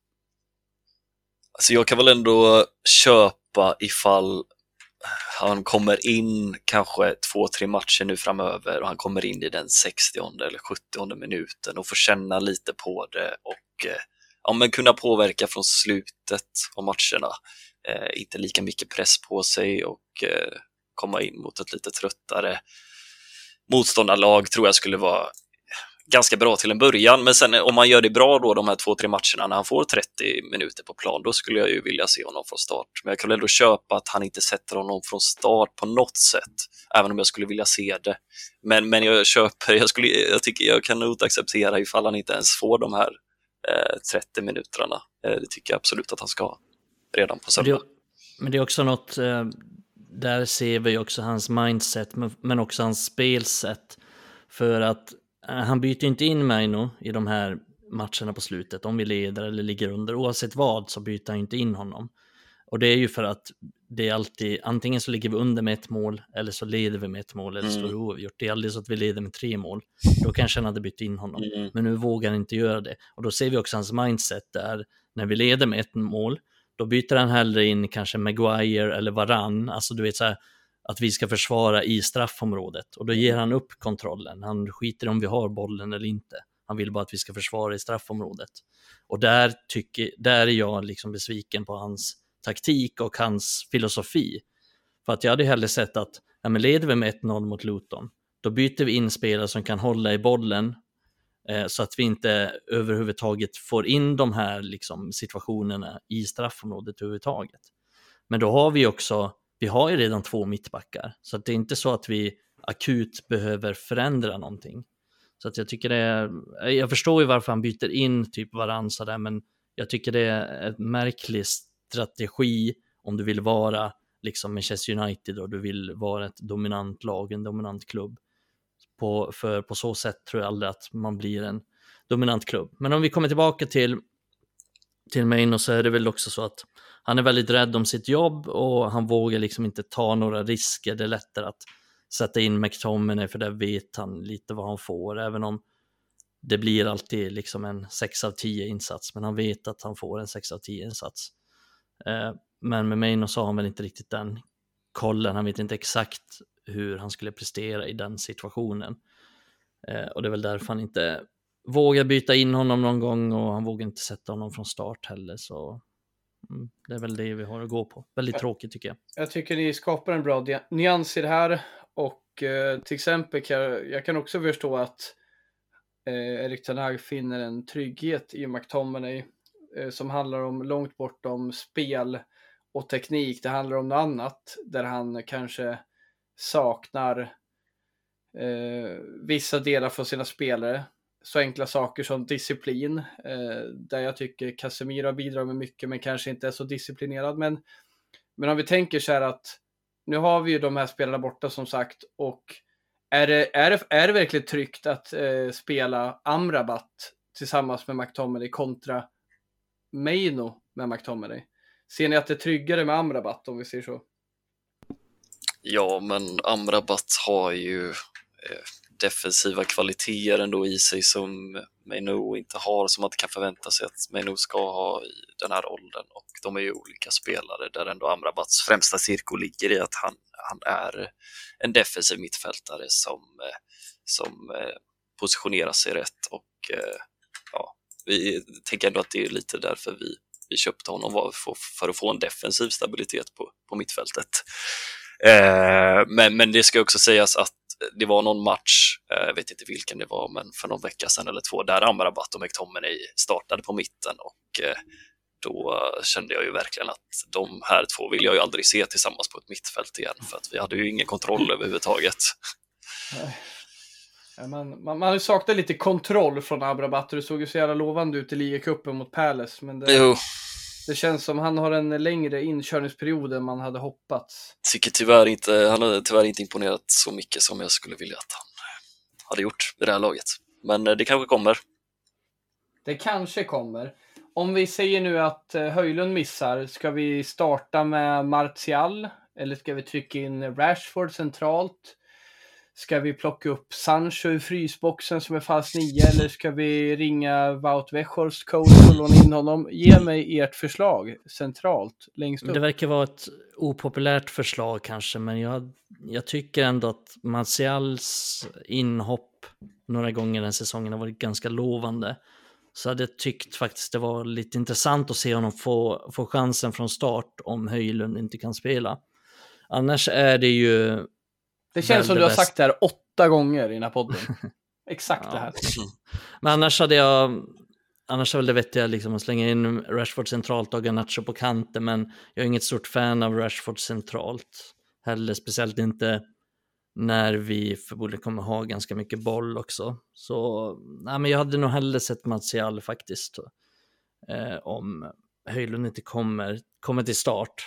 Alltså jag kan väl ändå köpa ifall han kommer in kanske två, tre matcher nu framöver och han kommer in i den sextionde eller sjuttionde minuten och får känna lite på det och eh, ja, men kunna påverka från slutet av matcherna. Eh, inte lika mycket press på sig och eh, komma in mot ett lite tröttare motståndarlag tror jag skulle vara ganska bra till en början, men sen om man gör det bra då de här två, tre matcherna när han får trettio minuter på plan, då skulle jag ju vilja se honom från start. Men jag kan ändå köpa att han inte sätter honom från start på något sätt, även om jag skulle vilja se det. Men, men jag köper, jag, skulle, jag tycker jag kan nog acceptera ifall han inte ens får de här eh, trettio minuterna. Eh, det tycker jag absolut att han ska redan på söndag. Men, men det är också något, eh, där ser vi också hans mindset, men, men också hans spelsätt, för att han byter inte in Mainoo i de här matcherna på slutet. Om vi leder eller ligger under, oavsett vad, så byter han inte in honom. Och det är ju för att det är alltid, antingen så ligger vi under med ett mål, eller så leder vi med ett mål, eller står det oavgjort. Det är aldrig så att vi leder med tre mål. Då kanske han hade bytt in honom. Mm. Men nu vågar han inte göra det. Och då ser vi också hans mindset där, när vi leder med ett mål, då byter han hellre in kanske Maguire eller Varane. Alltså du vet så här, att vi ska försvara i straffområdet, och då ger han upp kontrollen. Han skiter om vi har bollen eller inte. Han vill bara att vi ska försvara i straffområdet. Och där, tycker, där är jag liksom besviken på hans taktik och hans filosofi. För att jag hade hellre sett att ja, men leder vi med ett noll mot Luton, då byter vi in spelare som kan hålla i bollen eh, så att vi inte överhuvudtaget får in de här liksom, situationerna i straffområdet överhuvudtaget. Men då har vi också, vi har ju redan två mittbackar, så att det är inte så att vi akut behöver förändra någonting. Så att jag tycker det är, jag förstår ju varför han byter in typ Varanza där, men jag tycker det är en märklig strategi om du vill vara liksom Manchester United och du vill vara ett dominant lag, en dominant klubb. På, för på så sätt tror jag aldrig att man blir en dominant klubb. Men om vi kommer tillbaka till till Maino, så är det väl också så att han är väldigt rädd om sitt jobb och han vågar liksom inte ta några risker. Det är lättare att sätta in McTominay för där vet han lite vad han får, även om det blir alltid liksom en sex av tio insats, men han vet att han får en sex av tio insats. Eh, men med Maino så har han väl inte riktigt den kollen, han vet inte exakt hur han skulle prestera i den situationen. Eh, och det är väl därför han inte vågar byta in honom någon gång, och han vågar inte sätta honom från start heller, så mm, det är väl det vi har att gå på. Väldigt tråkigt tycker jag. Jag tycker ni skapar en bra dia- nyans i det här, och eh, till exempel kan jag, jag kan också förstå att eh, Erik Ten Hag finner en trygghet i McTominay eh, som handlar om långt bortom spel och teknik. Det handlar om något annat där han kanske saknar eh, vissa delar för sina spelare. Så enkla saker som disciplin, eh, där jag tycker Casemiro bidrar med mycket men kanske inte är så disciplinerad. Men, men om vi tänker så här att nu har vi ju de här spelarna borta som sagt, och är det, är det, är det verkligen tryggt att eh, spela Amrabat tillsammans med McTominay kontra Maino med McTominay? Ser ni att det är tryggare med Amrabat om vi ser så? Ja, men Amrabat har ju eh, defensiva kvaliteter ändå i sig som Maino inte har, som man kan förvänta sig att Maino ska ha i den här åldern, och de är ju olika spelare där ändå Amrabats främsta styrka ligger i att han, han är en defensiv mittfältare som, eh, som eh, positionerar sig rätt, och eh, ja, vi tänker ändå att det är lite därför vi, vi köpte honom, var för, för att få en defensiv stabilitet på, på mittfältet. Eh, men, men det ska också sägas att det var någon match, jag vet inte vilken det var, men för någon vecka sedan eller två, där Amrabat och McTominay startade på mitten, och då kände jag ju verkligen att de här två vill jag ju aldrig se tillsammans på ett mittfält igen, för att vi hade ju ingen kontroll överhuvudtaget. Ja, man, man, man saknade lite kontroll från Amrabat, och det såg ju så jävla lovande ut i ligacupen mot Palace, men det... Jo. Det känns som han har en längre inkörningsperiod än man hade hoppats. Tycker tyvärr inte, han har tyvärr inte imponerat så mycket som jag skulle vilja att han hade gjort i det här laget. Men det kanske kommer. Det kanske kommer. Om vi säger nu att Højlund missar, ska vi starta med Martial? Eller ska vi trycka in Rashford centralt? Ska vi plocka upp Sancho i frysboxen som är fast nio? Eller ska vi ringa Wout Weghorst coach och låna in honom? Ge mig ert förslag centralt längst upp. Det verkar vara ett opopulärt förslag kanske, men jag, jag tycker ändå att Martials inhopp några gånger den säsongen har varit ganska lovande. Så hade jag tyckt faktiskt det var lite intressant att se honom få, få chansen från start om Højlund inte kan spela. Annars är det ju... Det känns som du har bäst. sagt det här åtta gånger i den här podden. Exakt ja. det här. Men annars hade jag... Annars väl det vet jag liksom att slänga in Rashford centralt och Garnacho på kanten, men jag är inget stort fan av Rashford centralt heller, speciellt inte när vi förmodligen kommer ha ganska mycket boll också. Så nej, men jag hade nog hellre sett Martial faktiskt eh, om Højlund inte kommer, kommer till start.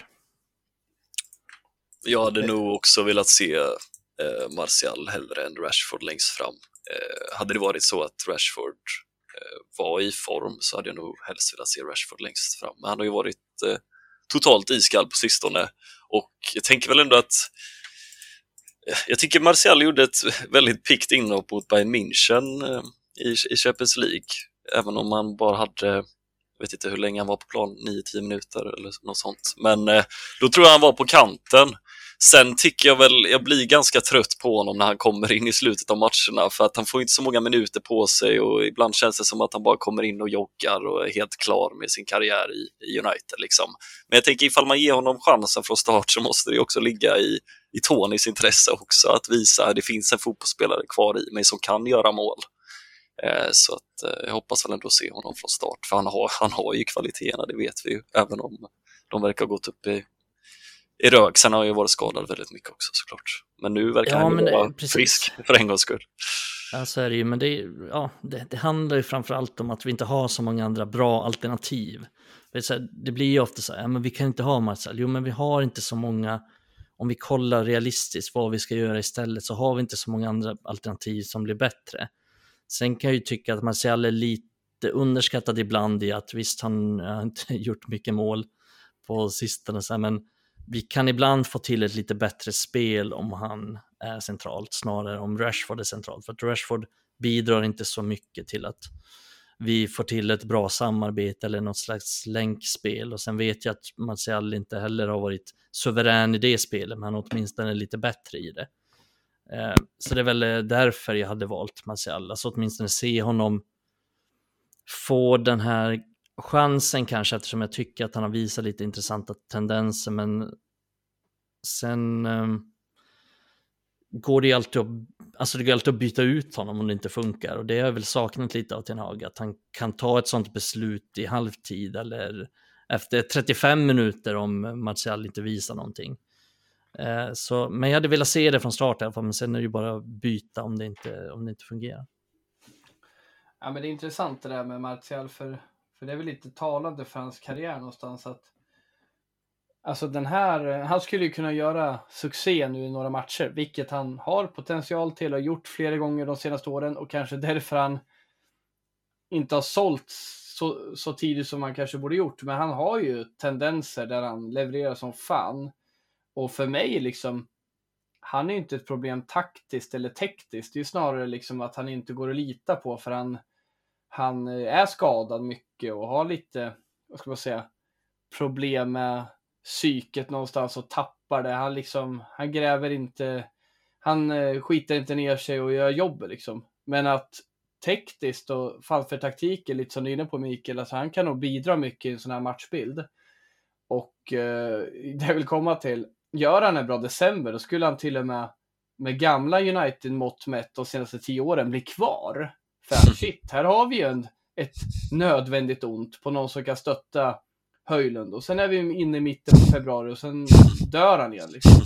Jag hade nog också velat se eh, Martial hellre än Rashford längst fram. Eh, hade det varit så att Rashford eh, var i form så hade jag nog helst velat se Rashford längst fram. Men han har ju varit eh, totalt iskall på sistone, och jag tänker väl ändå att eh, jag tycker Martial gjorde ett väldigt pikt inhopp mot Bayern München eh, i, i Champions League, även om man bara hade, jag vet inte hur länge han var på plan, nio till tio minuter eller något sånt. Men eh, då tror jag han var på kanten. Sen tycker jag väl, jag blir ganska trött på honom när han kommer in i slutet av matcherna, för att han får inte så många minuter på sig, och ibland känns det som att han bara kommer in och joggar och är helt klar med sin karriär i, i United liksom. Men jag tänker ifall man ger honom chansen från start så måste det också ligga i, i Tonys intresse också att visa att det finns en fotbollsspelare kvar i mig som kan göra mål. Eh, så att eh, jag hoppas väl ändå se honom från start, för han har, han har ju kvaliteterna, det vet vi ju, även om de verkar ha gått upp i, i rök. Sen har han ju varit skadad väldigt mycket också såklart. Men nu verkar Ja, han ju men, vara precis. frisk för en gångs skull. Ja, så är det ju, men det, ja, det, det handlar ju framförallt om att vi inte har så många andra bra alternativ. Det, är så här, det blir ju ofta så här, ja, men vi kan inte ha Martial. Jo, men vi har inte så många, om vi kollar realistiskt vad vi ska göra istället, så har vi inte så många andra alternativ som blir bättre. Sen kan jag ju tycka att Martial är lite underskattad ibland i att visst, han har inte gjort mycket mål på sistone, så här, men vi kan ibland få till ett lite bättre spel om han är centralt, snarare om Rashford är centralt. För att Rashford bidrar inte så mycket till att vi får till ett bra samarbete eller något slags länkspel. Och sen vet jag att Martial inte heller har varit suverän i det spelet, men han är åtminstone lite bättre i det. Så det är väl därför jag hade valt Martial. Alltså åtminstone se honom få den här chansen kanske, eftersom jag tycker att han har visat lite intressanta tendenser, men sen um, går det ju alltid att, alltså det går alltid att byta ut honom om det inte funkar, och det har jag väl saknat lite av Ten Hag, att han kan ta ett sånt beslut i halvtid eller efter trettiofem minuter om Martial inte visar någonting. Uh, så, men jag hade velat se det från start i alla fall, men sen är det ju bara att byta om det inte, om det inte fungerar. Ja, men det är intressant det där med Martial, för För det är väl lite talande för hans karriär någonstans att alltså den här, han skulle ju kunna göra succé nu i några matcher, vilket han har potential till och har gjort flera gånger de senaste åren, och kanske därför han inte har sålt så, så tidigt som man kanske borde gjort. Men han har ju tendenser där han levererar som fan, och för mig liksom, han är ju inte ett problem taktiskt eller tekniskt, det är ju snarare liksom att han inte går att lita på, för han Han är skadad mycket och har lite, vad ska man säga, problem med psyket någonstans och tappar det. Han liksom, han gräver inte, han skiter inte ner sig och gör jobbet liksom. Men att tekniskt och fall för taktik är lite som du är inne på, Mikael, alltså han kan nog bidra mycket i en sån här matchbild. Och eh, det vill komma till, gör han en bra december, då skulle han till och med med gamla United mått mätt de senaste tio åren bli kvar. För shit, här har vi ju en, ett nödvändigt ont på någon som kan stötta Höjlund. Och sen är vi inne i mitten på februari och sen dör han igen. Liksom.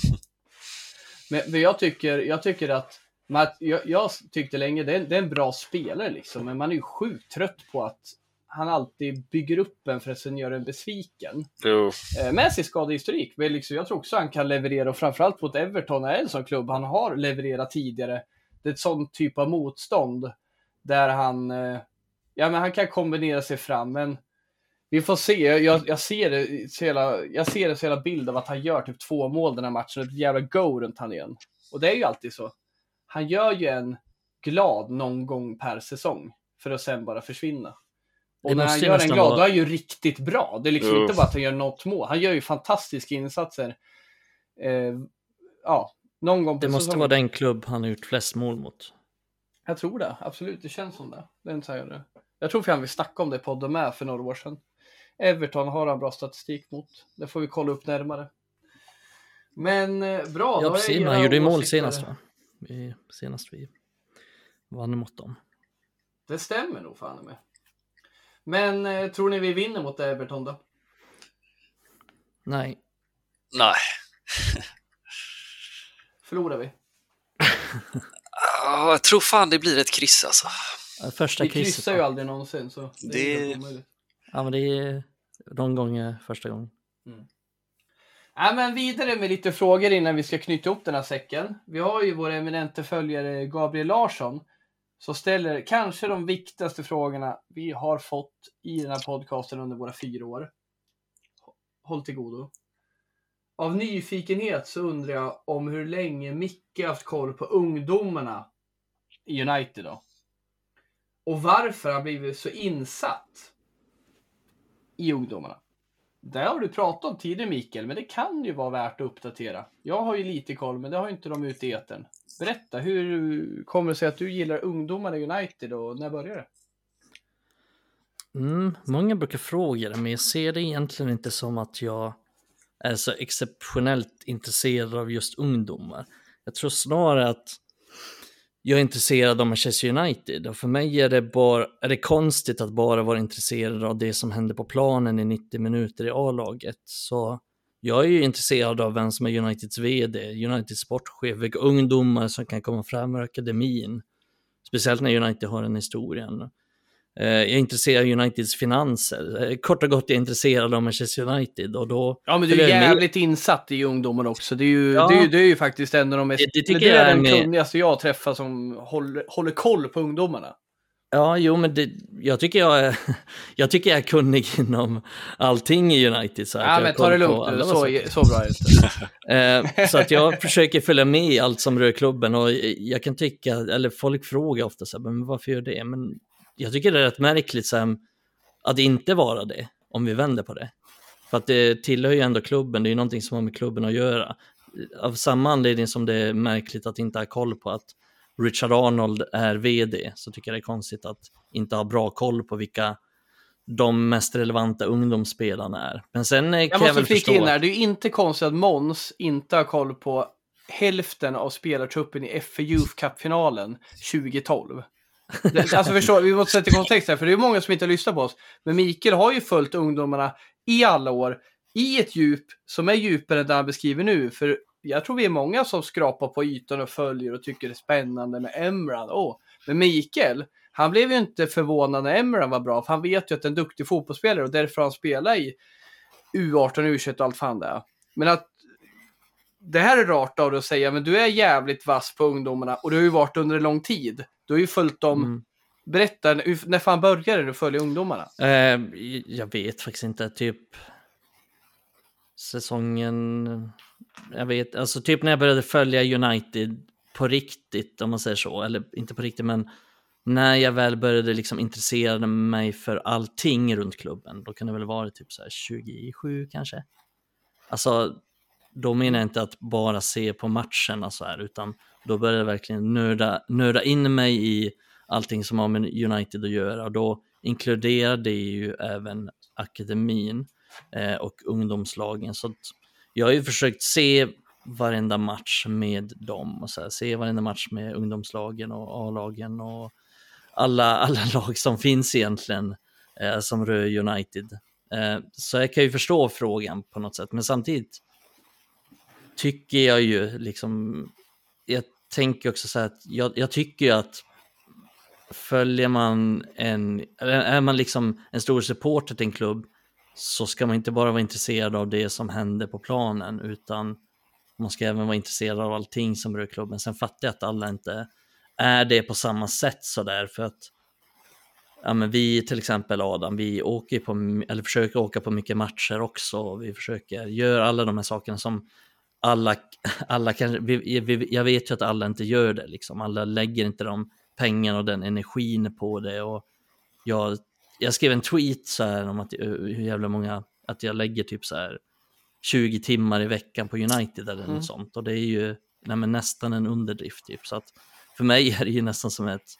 Men, men jag, tycker, jag tycker att, jag, jag tyckte länge, det är, det är en bra spelare liksom. Men man är ju sjukt trött på att han alltid bygger upp en för att sen göra en besviken. Jo. Med sin skadehistorik. Men liksom, jag tror också han kan leverera, och framförallt på ett Everton är en sån klubb han har levererat tidigare. Det är ett sån typ av motstånd där han, ja, men han kan kombinera sig fram, men vi får se. Jag, jag, ser det så hela, jag ser det så hela bild av att han gör typ två mål den här matchen, ett jävla go runt han igen. Och det är ju alltid så. Han gör ju en glad någon gång per säsong för att sen bara försvinna. Och när han gör en glad, vara... då är han ju riktigt bra. Det är liksom uh. inte bara att han gör något mål. Han gör ju fantastiska insatser. Eh, ja, någon gång. Det måste säsong. vara den klubb han har gjort flest mål mot. Jag tror det, absolut. Det känns som det. det, är inte så jag, jag tror fan vi snackade om det på podden med för några år sedan. Everton har han bra statistik mot. Det får vi kolla upp närmare. Men bra. Ja, precis. Han gjorde ju mål senast, va? Vi, senast vi vann mot dem. Det stämmer nog fan med. Men eh, tror ni vi vinner mot Everton då? Nej. Nej. Förlorar vi? Ja, jag tror fan det blir ett kryss alltså. Första vi kryssar ju aldrig någonsin, så det, det... är ja, men det är någon gång första gången. Mm. Ja, men vidare med lite frågor innan vi ska knyta upp den här säcken. Vi har ju vår eminente följare Gabriel Larsson som ställer kanske de viktigaste frågorna vi har fått i den här podcasten under våra fyra år. Håll till godo. Av nyfikenhet så undrar jag om hur länge Micke haft koll på ungdomarna i United då. Och varför har blivit så insatt i ungdomarna. Det har du pratat om tidigare, Mikael, men det kan ju vara värt att uppdatera. Jag har ju lite koll, men det har ju inte de ute i etern. Berätta, hur kommer det sig att du gillar ungdomarna i United och när började det? Mm, många brukar fråga det, men jag ser det egentligen inte som att jag är så exceptionellt intresserad av just ungdomar. Jag tror snarare att jag är intresserad av Manchester United, och för mig är det, bara, är det konstigt att bara vara intresserad av det som händer på planen i nittio minuter i A-laget. Så jag är ju intresserad av vem som är Uniteds vd, Uniteds sportchef, vilka ungdomar som kan komma fram ur akademin. Speciellt när United har den historien. Jag är intresserad av Uniteds finanser. Kort och gott, jag är intresserad av Manchester United. Och då ja, men du är jävligt med... insatt i ungdomar också. Det är ju, ja. det är ju, det är ju faktiskt en av de mest... Det, det men du är, är den med... kunnigaste jag träffar som håller, håller koll på ungdomarna. Ja, jo, men det, jag, tycker jag, är, jag tycker jag är kunnig inom allting i United. Så ja, men ta det lugnt nu. Så, så bra är det. Så att jag försöker följa med i allt som rör klubben. Och jag kan tycka, eller folk frågar ofta så här, men varför gör det? Men jag tycker det är rätt märkligt så här, att inte vara det, om vi vänder på det. För att det tillhör ju ändå klubben, det är ju någonting som har med klubben att göra. Av samma anledning som det är märkligt att inte ha koll på att Richard Arnold är vd, så tycker jag det är konstigt att inte ha bra koll på vilka de mest relevanta ungdomsspelarna är. Men sen kan jag, jag måste väl flika förstå... in här, det är ju inte konstigt att Måns inte har koll på hälften av spelartruppen i F A Youth Cup-finalen tjugo tolv. Det, alltså förstå, vi måste sätta i kontext här, för det är många som inte lyssnar på oss. Men Mikael har ju följt ungdomarna i alla år i ett djup som är djupare än det han beskriver nu. För jag tror vi är många som skrapar på ytan och följer och tycker det är spännande med Emran. Oh. Men Mikael, han blev ju inte förvånad när Emran var bra, för han vet ju att det är en duktig fotbollsspelare och därför han spelar i U arton, U tjugoett och allt fan det. Men att det här är rart av dig att säga, men du är jävligt vass på ungdomarna och du har ju varit under en lång tid. Du har ju följt dem. Mm. Berätta, när fan började du följa ungdomarna? Eh, jag vet faktiskt inte, typ säsongen, jag vet, alltså typ när jag började följa United på riktigt, om man säger så, eller inte på riktigt, men när jag väl började liksom intressera mig för allting runt klubben, då kan det väl vara typ så här tjugosju kanske. Alltså, då menar jag inte att bara se på matcherna så här, utan då började jag verkligen nörda, nörda in mig i allting som har med United att göra. Och då inkluderade det ju även akademin eh, och ungdomslagen. Så att jag har ju försökt se varenda match med dem och så här, se varenda match med ungdomslagen och A-lagen och alla, alla lag som finns egentligen eh, som rör United. Eh, så jag kan ju förstå frågan på något sätt, men samtidigt tycker jag ju liksom, jag tänker också så här att jag, jag tycker ju att följer man en, är man liksom en stor supporter till en klubb, så ska man inte bara vara intresserad av det som händer på planen, utan man ska även vara intresserad av allting som rör klubben. Sen fattar jag att alla inte är det på samma sätt så där, för att ja, men vi till exempel Adam, vi åker på, eller försöker åka på mycket matcher också, vi försöker göra alla de här sakerna som alla, alla kan, vi, vi, jag vet ju att alla inte gör det liksom, alla lägger inte de pengarna och den energin på det. Och jag, jag skrev en tweet så här om att hur jävla många, att jag lägger typ så här tjugo timmar i veckan på United eller mm. något sånt, och det är ju nej, men nästan en underdrift typ. Så att för mig är det ju nästan som ett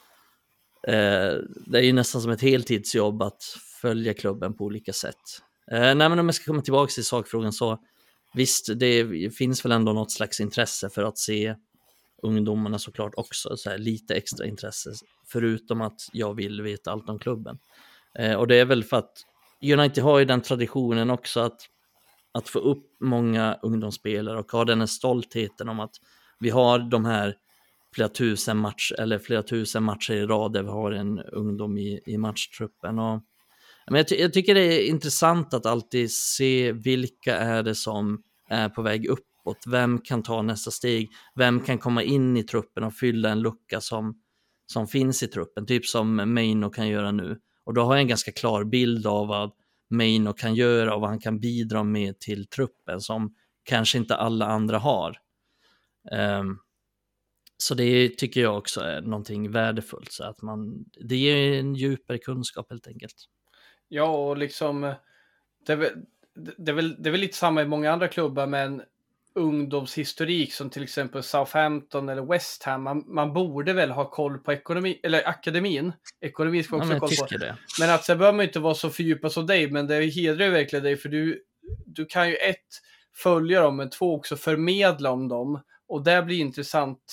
eh, det är ju nästan som ett heltidsjobb att följa klubben på olika sätt. Eh, nej, men om jag ska komma tillbaka till sakfrågan, så visst, det finns väl ändå något slags intresse för att se ungdomarna såklart också, så här, lite extra intresse, förutom att jag vill veta allt om klubben. Eh, och det är väl för att United har ju den traditionen också att, att få upp många ungdomsspelare och ha den här stoltheten om att vi har de här flera tusen match eller flera tusen matcher i rad där vi har en ungdom i, i matchtruppen. Och, men jag, ty- jag tycker det är intressant att alltid se vilka är det som är på väg upp. Vem kan ta nästa steg? Vem kan komma in i truppen och fylla en lucka som, som finns i truppen? Typ som Maino kan göra nu. Och då har jag en ganska klar bild av vad Maino kan göra och vad han kan bidra med till truppen som kanske inte alla andra har. Um, så det tycker jag också är någonting värdefullt. Så att man, det ger en djupare kunskap helt enkelt. Ja, och liksom det är väl, det är väl, det är väl lite samma i många andra klubbar, men ungdomshistorik som till exempel Southampton eller West Ham, man, man borde väl ha koll på ekonomi, eller akademin. Ekonomi ska man också ja, ha koll på. Det. Men att så behöver man inte vara så fördjupad som dig, men det hedrar ju verkligen dig, för du, du kan ju ett, följa dem, men två också förmedla om dem, och det blir intressant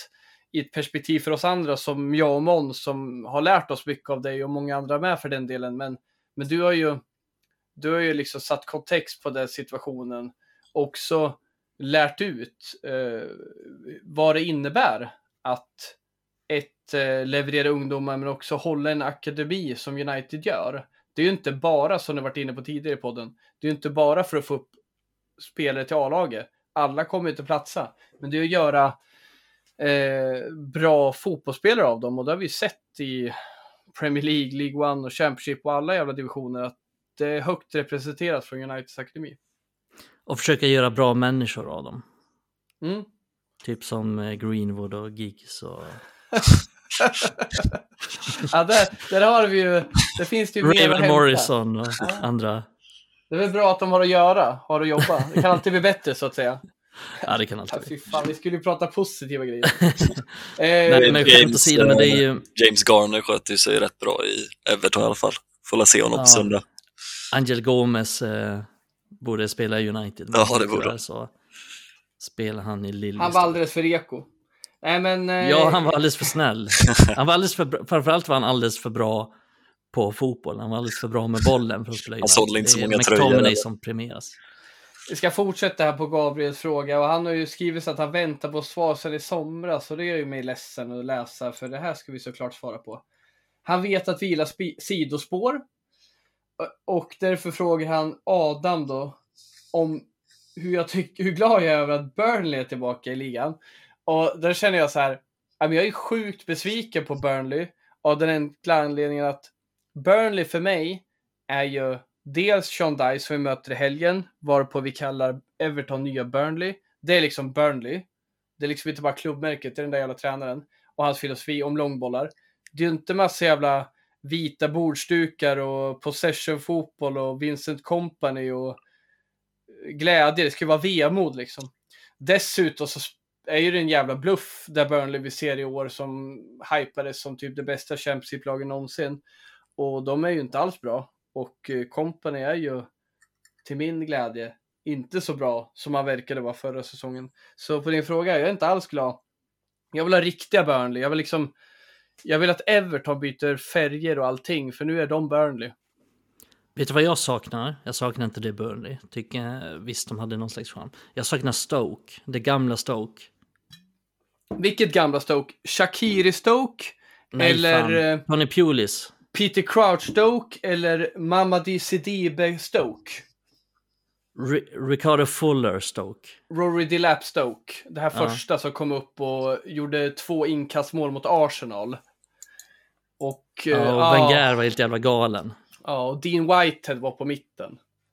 i ett perspektiv för oss andra som jag och Måns som har lärt oss mycket av dig och många andra med för den delen. Men, men du har ju du har ju liksom satt kontext på den situationen och också lärt ut eh, vad det innebär att ett eh, leverera ungdomar men också hålla en akademi som United gör. Det är ju inte bara, som du varit inne på tidigare i podden, det är ju inte bara för att få upp spelare till A-laget. Alla kommer inte platsa. Men det är att göra eh, bra fotbollsspelare av dem. Och det har vi sett i Premier League, League One och Championship och alla jävla divisioner att det är högt representerat från Uniteds akademi. Och försöka göra bra människor av dem. Mm. Typ som eh, Greenwood och Giggs och... Ja, där, där har vi ju... Det finns ju mer att Raven hämta. Morrison och andra. Det är väl bra att de har att göra, har att jobba. Det kan alltid bli bättre så att säga. Ja, det kan alltid Ja, bli. fy fan, vi skulle ju prata positiva grejer. Nej, eh, men skämt åsido, men det är ju... James Garner sköter sig rätt bra i Everton i alla fall. Får la se honom Ja. på söndag. Angel Gomez eh, borde spela i United. Ja, det borde. Så spelar han i Lille. han var alldeles för reko. Nej, men... Eh, Ja, han var alldeles för snäll. Han var alldeles för bra, framförallt var han alldeles för bra på fotboll. Han var alldeles för bra med bollen för att spela i Han sålde inte så Det är många tröjor, McTominay eller? som premieras. Vi ska fortsätta här på Gabriels fråga och han har ju skrivit så att han väntar på svar sedan i somras så det gör ju mig ledsen att läsa för det här ska vi såklart svara på. Han vet att vi gillar sp- sidospår och därför frågar han Adam då om hur, jag tyck- hur glad jag är över att Burnley är tillbaka i ligan. Och där känner jag så här, jag är sjukt besviken på Burnley av den enkla anledningen att Burnley för mig är ju dels Sean Dyche som vi möter i helgen, varpå vi kallar Everton nya Burnley. Det är liksom Burnley. Det är liksom inte bara klubbmärket, det är den där jävla tränaren och hans filosofi om långbollar. Det är ju inte massa jävla vita bordstukar och possession-fotboll och Vincent Kompany och glädje. Det ska ju vara vemod liksom. Dessutom så är ju det en jävla bluff där Burnley vi ser i år som hypades som typ det bästa Championship-laget någonsin. Och de är ju inte alls bra. Och Kompany är ju till min glädje inte så bra som han verkade vara förra säsongen. Så på din fråga, jag är inte alls glad. Jag vill ha riktiga Burnley. Jag vill liksom jag vill att Everton byter färger och allting, för nu är de Burnley. Vet du vad jag saknar? Jag saknar inte det Burnley. Tycker visst de hade någon slags charm. Jag saknar Stoke, det gamla Stoke. Vilket gamla Stoke? Shaqiri Stoke? Nej, eller fan. Tony Pulis. Peter Crouch Stoke? Eller Mamadi Sidibe Stoke? R- Ricardo Fuller Stoke. Rory Delap Stoke. Det här Ja. första som kom upp och gjorde två inkastmål mot Arsenal. Och, Ja, och ja, Wenger var helt jävla galen. ja, och Dean Whitehead var på mitten.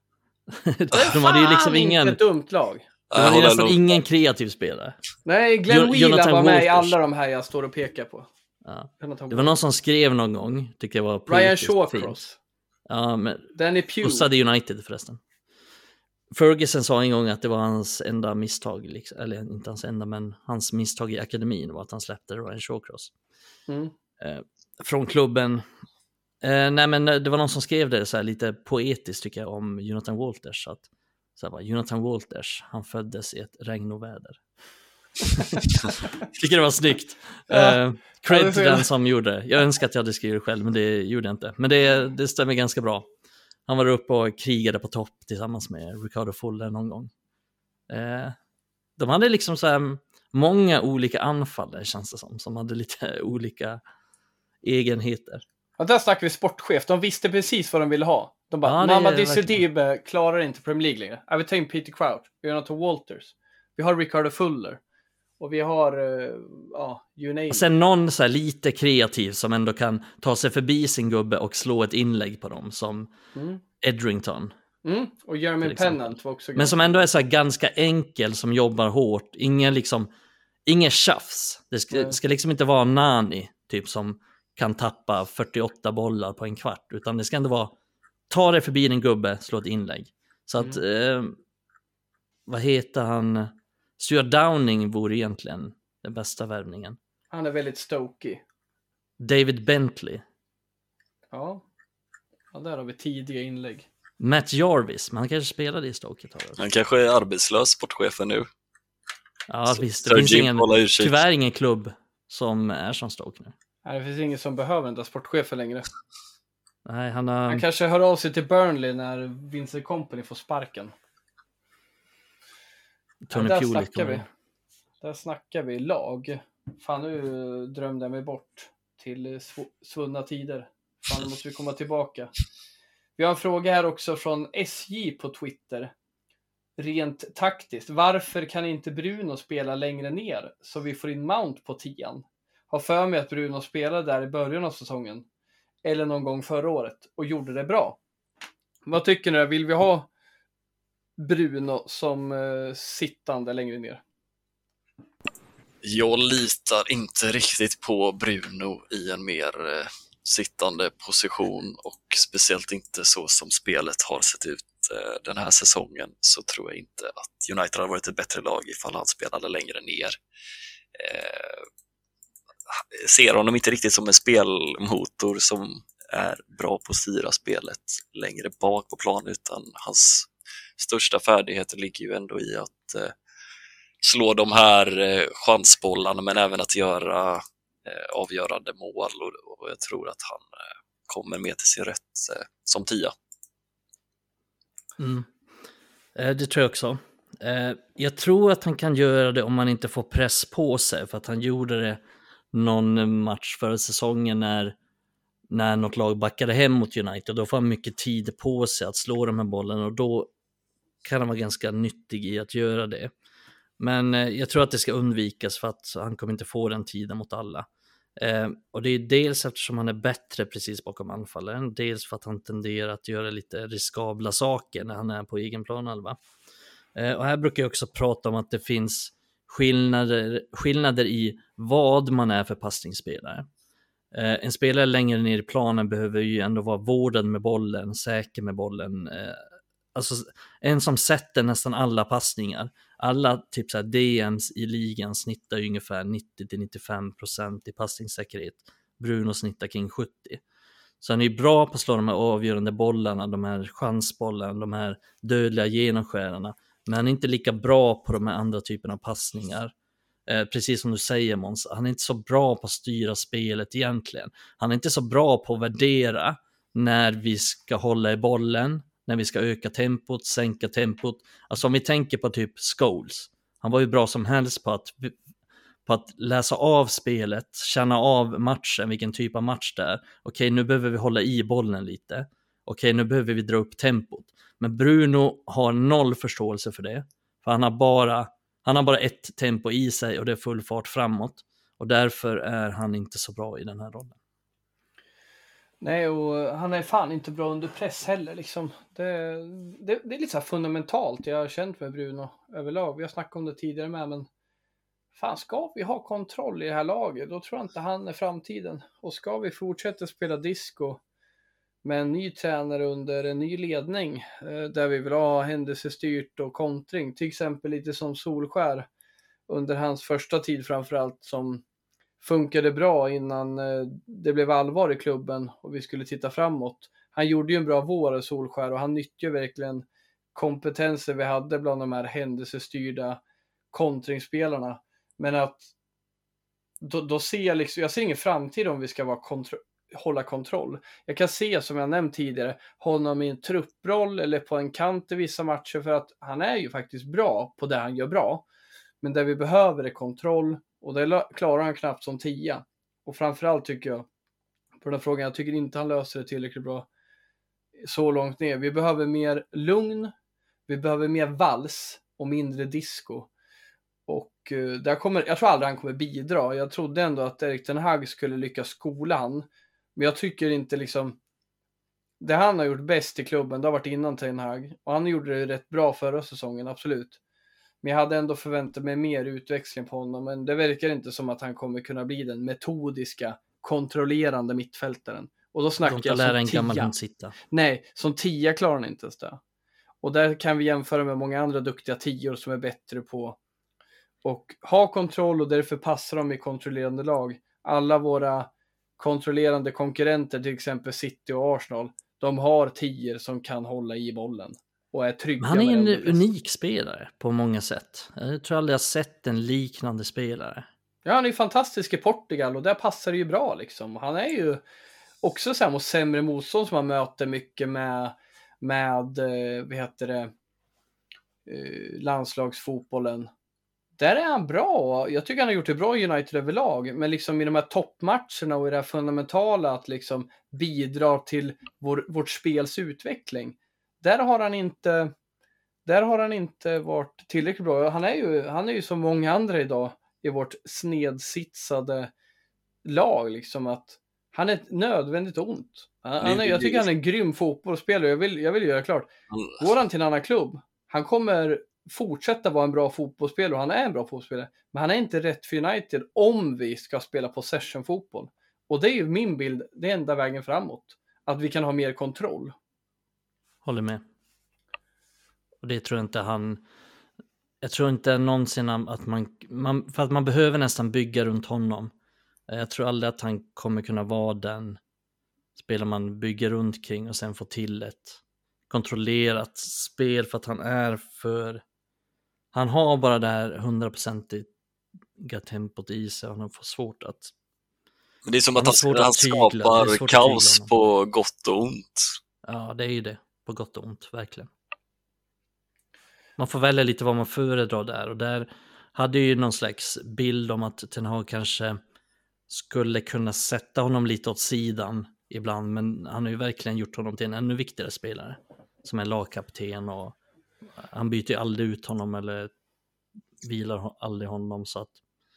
De hade ju liksom Fan, ingen... inte ett dumt lag. De hade ju nästan ingen kreativ spelare. Nej, Glenn Jo- Whelan Jonathan var med i Walters. alla de här jag står och pekar på. Ja. Jonathan Det var någon som skrev någon gång, tycker jag var Ryan politiskt Shawcross. fint. Ja, men Danny Pugh. pussade United förresten. Ferguson sa en gång att det var hans enda misstag, liksom, eller inte hans enda, men hans misstag i akademin var att han släppte Ryan Shawcross. Mm. Eh, från klubben. Eh, nej, men det var någon som skrev det så här lite poetiskt tycker jag om Jonathan Walters. Så att, så här bara, Jonathan Walters, han föddes i ett regn och väder. Tycker det var snyggt. Ja. Eh, cred Ja, till det får den som gjorde det. Jag önskar att jag hade skrivit det själv, men det gjorde jag inte. Men det, det stämmer ganska bra. Han var uppe och krigade på topp tillsammans med Ricardo Fuller någon gång. Eh, de hade liksom så här många olika anfallare, känns det som, som hade lite olika egenheter. Ja, där snackar vi sportchef. De visste precis vad de ville ha. De bara, Ja, det är Mamma verkligen. Sidibe klarar inte Premier League längre. Jag vill ta in Peter Crouch. Vi har Jonathan Walters. Vi har Ricardo Fuller. Och vi har, uh, ja, you name Och it. sen någon så här lite kreativ som ändå kan ta sig förbi sin gubbe och slå ett inlägg på dem, som Mm. Edrington. Mm. Och Jeremy Till exempel. Pennant var också Men som ändå är så här ganska enkel, som jobbar hårt. Ingen liksom, ingen tjafs. Det ska, Nej. ska liksom inte vara Nani, typ, som kan tappa fyrtioåtta bollar på en kvart. Utan det ska ändå vara, ta dig förbi din gubbe, slå ett inlägg. Så att, eh, vad heter han? Stuart Downing vore egentligen den bästa värvningen. Han är väldigt stokig. David Bentley. Ja. Ja, där har vi tidiga inlägg. Matt Jarvis, men han kanske spelade i Stoke ett tag. Han kanske är arbetslös, sportchefen nu. Ja, visst. Det Så finns Jim ingen, håller utkik. tyvärr ingen klubb som är som Stoke nu. Nej, det finns ingen som behöver den där sportchefen längre. Nej, han har... Han kanske hör av sig till Burnley när Vincent Kompany får sparken. Tony ja, där Pulis snackar vi. Där snackar vi lag. Fan, nu drömde jag mig bort till sv- svunna tider. Fan, nu måste vi komma tillbaka. Vi har en fråga här också från S J på Twitter. Rent taktiskt, varför kan inte Bruno spela längre ner så vi får in Mount på tian? Har för mig att Bruno spelade där i början av säsongen eller någon gång förra året och gjorde det bra. Vad tycker ni? Vill vi ha Bruno som eh, sittande längre ner? Jag litar inte riktigt på Bruno i en mer eh, sittande position, och speciellt inte så som spelet har sett ut eh, den här säsongen, så tror jag inte att United hade varit ett bättre lag ifall han spelade längre ner. Eh, ser honom inte riktigt som en spelmotor som är bra på att styra spelet längre bak på plan, utan hans största färdigheter ligger ju ändå i att eh, slå de här eh, chansbollarna, men även att göra eh, avgörande mål, och, och jag tror att han eh, kommer med till sin rätt eh, som tia. Mm. Eh, det tror jag också. Eh, jag tror att han kan göra det om man inte får press på sig, för att han gjorde det någon match förra säsongen när, när något lag backade hem mot United. Då får han mycket tid på sig att slå de här bollarna, och då kan han vara ganska nyttig i att göra det. Men eh, jag tror att det ska undvikas, för att han kommer inte få den tiden mot alla. Eh, och det är dels eftersom han är bättre precis bakom anfallaren, dels för att han tenderar att göra lite riskabla saker när han är på egen planhalva. Eh, och här brukar jag också prata om att det finns skillnader, skillnader i vad man är för passningsspelare. Eh, en spelare längre ner i planen behöver ju ändå vara vårdad med bollen, säker med bollen. Eh, alltså en som sätter nästan alla passningar. Alla typ så här D Ms i ligan snittar ju ungefär nittio till nittiofem procent i passningssäkerhet. Bruno snittar kring sjuttio. Så han är ju bra på att slå de här avgörande bollarna, de här chansbollarna, de här dödliga genomskärarna. Men han är inte lika bra på de här andra typerna av passningar. Eh, precis som du säger, Måns, han är inte så bra på att styra spelet egentligen. Han är inte så bra på att värdera när vi ska hålla i bollen, när vi ska öka tempot, sänka tempot. Alltså om vi tänker på typ Scholes, han var ju bra som helst på att, på att läsa av spelet, känna av matchen, vilken typ av match det är. Okej, nu behöver vi hålla i bollen lite. Okej, nu behöver vi dra upp tempot. Men Bruno har noll förståelse för det. För han har bara, han har bara ett tempo i sig, och det är full fart framåt. Och därför är han inte så bra i den här rollen. Nej, och han är fan inte bra under press heller. Liksom. Det, det, det är lite så här fundamentalt. Jag har känt med Bruno överlag. Vi har snackat om det tidigare med, men fan, ska vi ha kontroll i det här laget, då tror jag inte han är framtiden. Och ska vi fortsätta spela disco med en ny tränare under en ny ledning, där vi vill ha händelsestyrt och kontring, till exempel lite som Solskär under hans första tid framförallt, som funkade bra innan det blev allvar i klubben och vi skulle titta framåt. Han gjorde ju en bra vår, Solskär, och han nyttjade verkligen kompetenser vi hade bland de här händelsestyrda kontringsspelarna. Men att då, då ser jag liksom, jag ser ingen framtid om vi ska vara kontro- hålla kontroll. Jag kan se, som jag nämnt tidigare, honom i en trupproll eller på en kant i vissa matcher, för att han är ju faktiskt bra på det han gör bra. Men det vi behöver är kontroll, och det klarar han knappt som tia. Och framförallt tycker jag, på den frågan, jag tycker inte han löser det tillräckligt bra så långt ner. Vi behöver mer lugn, vi behöver mer vals och mindre disco. Och uh, där kommer, jag tror aldrig han kommer bidra. Jag trodde ändå att Erik ten Hag skulle lyckas skola han. Men jag tycker inte liksom, det han har gjort bäst i klubben, det har varit innan ten Hag. Och han gjorde det rätt bra förra säsongen, absolut. Men jag hade ändå förväntat mig mer utväxling på honom. Men det verkar inte som att han kommer kunna bli den metodiska, kontrollerande mittfältaren. Och då snackar jag som en tia. gammal hund sitta. Nej, som tia klarar han inte ens det. Och där kan vi jämföra med många andra duktiga tior som är bättre på och ha kontroll, och därför passar de i kontrollerande lag. Alla våra kontrollerande konkurrenter, till exempel City och Arsenal, de har tior som kan hålla i bollen och är trygga. Han är en unik spelare på många sätt. Jag tror aldrig jag har sett en liknande spelare. Ja, han är ju fantastisk i Portugal och där passar det ju bra liksom. Han är ju också så här mot sämre motstånd som han möter mycket med, med eh, vad heter det, eh, landslagsfotbollen. Där är han bra. Jag tycker han har gjort det bra i United överlag. Men liksom i de här toppmatcherna och i det här fundamentala att liksom bidra till vår, vårt spels utveckling. Där har han inte där har han inte varit tillräckligt bra. Han är ju, han är ju som många andra idag i vårt snedsitsade lag. Liksom att han är ett nödvändigt ont. Han är, jag tycker han är en grym fotbollsspelare. Jag vill, jag vill göra klart. Går han till en annan klubb, han kommer fortsätta vara en bra fotbollsspelare och han är en bra fotbollsspelare. Men han är inte rätt för United om vi ska spela possession-fotboll. Och det är ju min bild, det är enda vägen framåt. Att vi kan ha mer kontroll. Håller med. Och det tror jag inte han... Jag tror inte någonsin att man, man... För att man behöver nästan bygga runt honom. Jag tror aldrig att han kommer kunna vara den spelare man bygger runt kring och sen få till ett kontrollerat spel för att han är för... Han har bara det här hundraprocentiga tempot i sig och han får svårt att... Men det är som att han, han skapar kaos på gott och ont. Ja, det är ju det. På gott och ont, verkligen. Man får välja lite vad man föredrar där. Och där hade ju någon slags bild om att Ten Hag kanske skulle kunna sätta honom lite åt sidan ibland. Men han har ju verkligen gjort honom till en ännu viktigare spelare. Som är lagkapten och han byter ju aldrig ut honom eller vilar aldrig honom. Så att,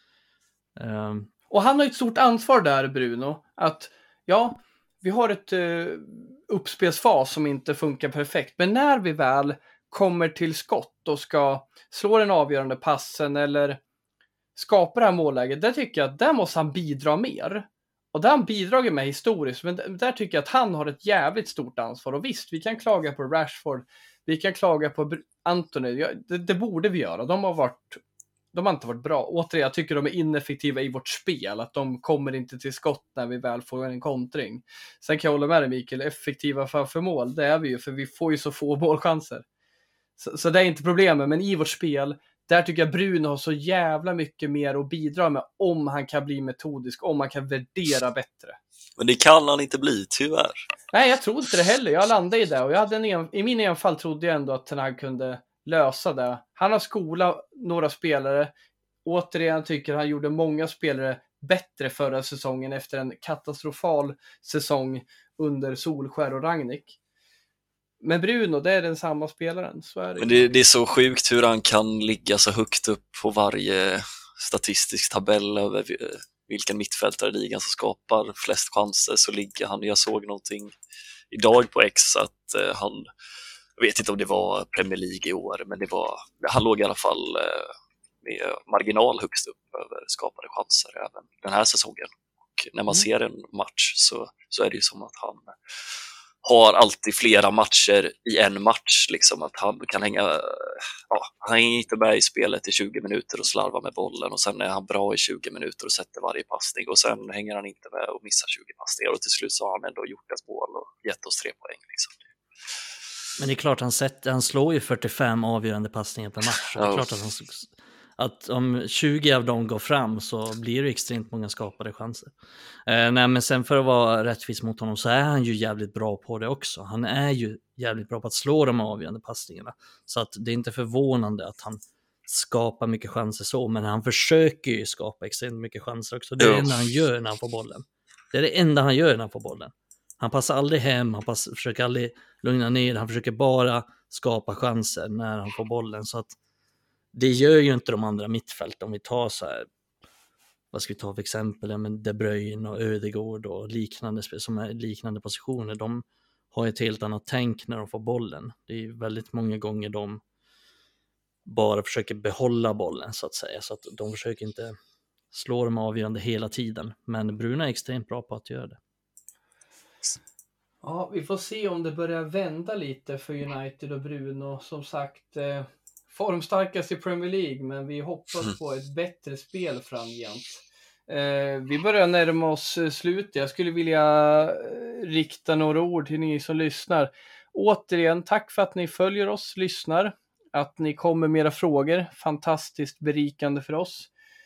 um... Och han har ett stort ansvar där, Bruno. Att ja, vi har ett uh, uppspelsfas som inte funkar perfekt. Men när vi väl kommer till skott och ska slå den avgörande passen eller skapa det här målläget, där tycker jag att där måste han bidra mer. Och där han bidragit med historiskt, men där tycker jag att han har ett jävligt stort ansvar. Och visst, vi kan klaga på Rashford, vi kan klaga på Antony, ja, det, det borde vi göra. De har varit, de har inte varit bra. Återigen, jag tycker de är ineffektiva i vårt spel, att de kommer inte till skott när vi väl får en kontring. Sen kan jag hålla med dig, Mikael, effektiva framför mål, det är vi ju, för vi får ju så få målchanser. Så, så det är inte problemet, men i vårt spel, där tycker jag Bruno har så jävla mycket mer att bidra med om han kan bli metodisk, om han kan värdera bättre. Men det kan han inte bli, tyvärr. Nej, jag tror inte det heller. Jag landade i det och jag hade en en, i min enfall trodde jag ändå att Ten Hag kunde lösa det. Han har skolat några spelare. Återigen tycker han gjorde många spelare bättre förra säsongen efter en katastrofal säsong under Solskär och Rangnick. Men Bruno, det är den samma spelaren. Så är det. Men det, det är så sjukt hur han kan ligga så högt upp på varje statistisk tabell över vilken mittfältare i ligan som skapar flest chanser, så ligger han. Jag såg någonting idag på X att eh, han, jag vet inte om det var Premier League i år, men det var, han låg i alla fall eh, med marginal högst upp över skapade chanser även den här säsongen. Och när man mm. ser en match så, så är det ju som att han har alltid flera matcher i en match, liksom att han kan hänga, ja, han hänger inte med i spelet i tjugo minuter och slarvar med bollen, och sen är han bra i tjugo minuter och sätter varje passning, och sen hänger han inte med och missar tjugo passningar, och till slut så har han ändå gjort ett mål och gett oss tre poäng liksom. Men det är klart han, sätter, han slår ju fyrtiofem avgörande passningar per match, så det är klart att han, att om tjugo av dem går fram så blir det extremt många skapade chanser. Eh, nej, men sen för att vara rättvis mot honom så är han ju jävligt bra på det också. Han är ju jävligt bra på att slå de avgörande passningarna. Så att det är inte förvånande att han skapar mycket chanser så, men han försöker ju skapa extremt mycket chanser också. Det är det enda han gör när han får bollen. Det är det enda han gör när han får bollen. Han passar aldrig hem, han pass, försöker aldrig lugna ner, han försöker bara skapa chanser när han får bollen. Så att det gör ju inte de andra mittfält. Om vi tar så här, vad ska vi ta för exempel, ja, men De Bruyne och Ödegård och liknande som är liknande positioner, de har ett helt annat tänk när de får bollen. Det är väldigt många gånger de bara försöker behålla bollen så att säga, så att de försöker inte slå dem avgörande hela tiden, men Bruno är extremt bra på att göra det. Ja, vi får se om det börjar vända lite för United och Bruno. Som sagt, eh, formstarkast i Premier League, men vi hoppas på ett bättre spel framgent. Eh, vi börjar närma oss slutet. Jag skulle vilja rikta några ord till ni som lyssnar. Återigen, tack för att ni följer oss, lyssnar. Att ni kommer med era frågor. Fantastiskt berikande för oss.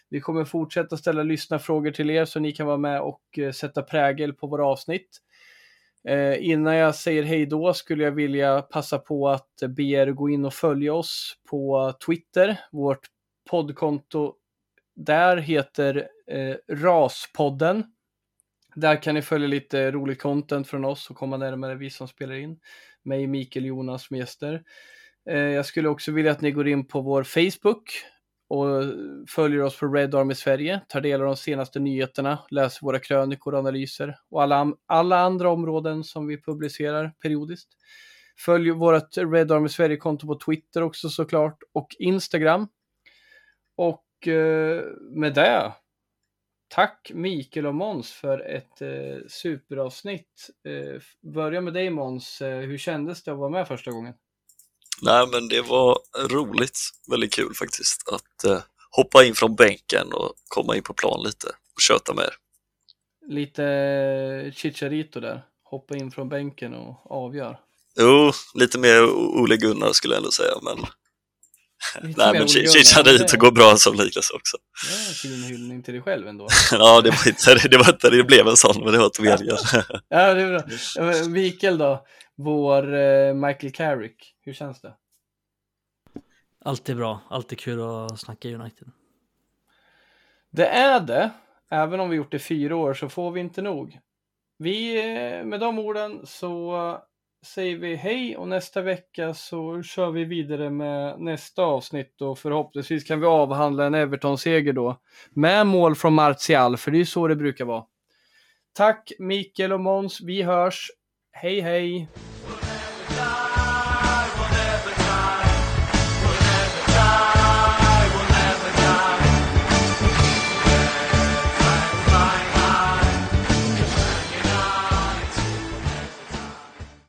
Vi kommer fortsätta ställa lyssnarfrågor till er så ni kan vara med och eh, sätta prägel på våra avsnitt. Eh, innan jag säger hej då skulle jag vilja passa på att be er gå in och följa oss på Twitter. Vårt poddkonto där heter eh, Raspodden. Där kan ni följa lite roligt content från oss och komma närmare vi som spelar in. Mig, Mikael, Jonas med gäster. Eh, jag skulle också vilja att ni går in på vår Facebook och följer oss på Red Army Sverige. Tar del av de senaste nyheterna. Läser våra krönikor och analyser. Och alla, alla andra områden som vi publicerar periodiskt. Följ vårt Red Army Sverige-konto på Twitter också såklart. Och Instagram. Och eh, med det. Tack Mikael och Måns för ett eh, superavsnitt. Eh, börja med dig Måns. Eh, hur kändes det att vara med första gången? Nej, men det var roligt. Väldigt kul faktiskt att eh, hoppa in från bänken och komma in på plan lite och köta med er. Lite eh, chicharito där. Hoppa in från bänken och avgör. Jo, lite mer Ole Gunnar skulle jag ändå säga, men nej, men chicharito går bra som Niklas också. Det är en fin hyllning till dig själv ändå. Ja, det var inte det, var inte, det blev en sån, men det var inte meningen. Ja, det är bra. Mikael då, vår eh, Michael Carrick, hur känns det? Alltid bra, alltid kul att snacka United. Det är det, även om vi gjort det fyra år så får vi inte nog. Vi, med de orden så säger vi hej och nästa vecka så kör vi vidare med nästa avsnitt och förhoppningsvis kan vi avhandla en Everton-seger då med mål från Martial, för det är så det brukar vara. Tack Mikael och Måns, vi hörs. Hej hej!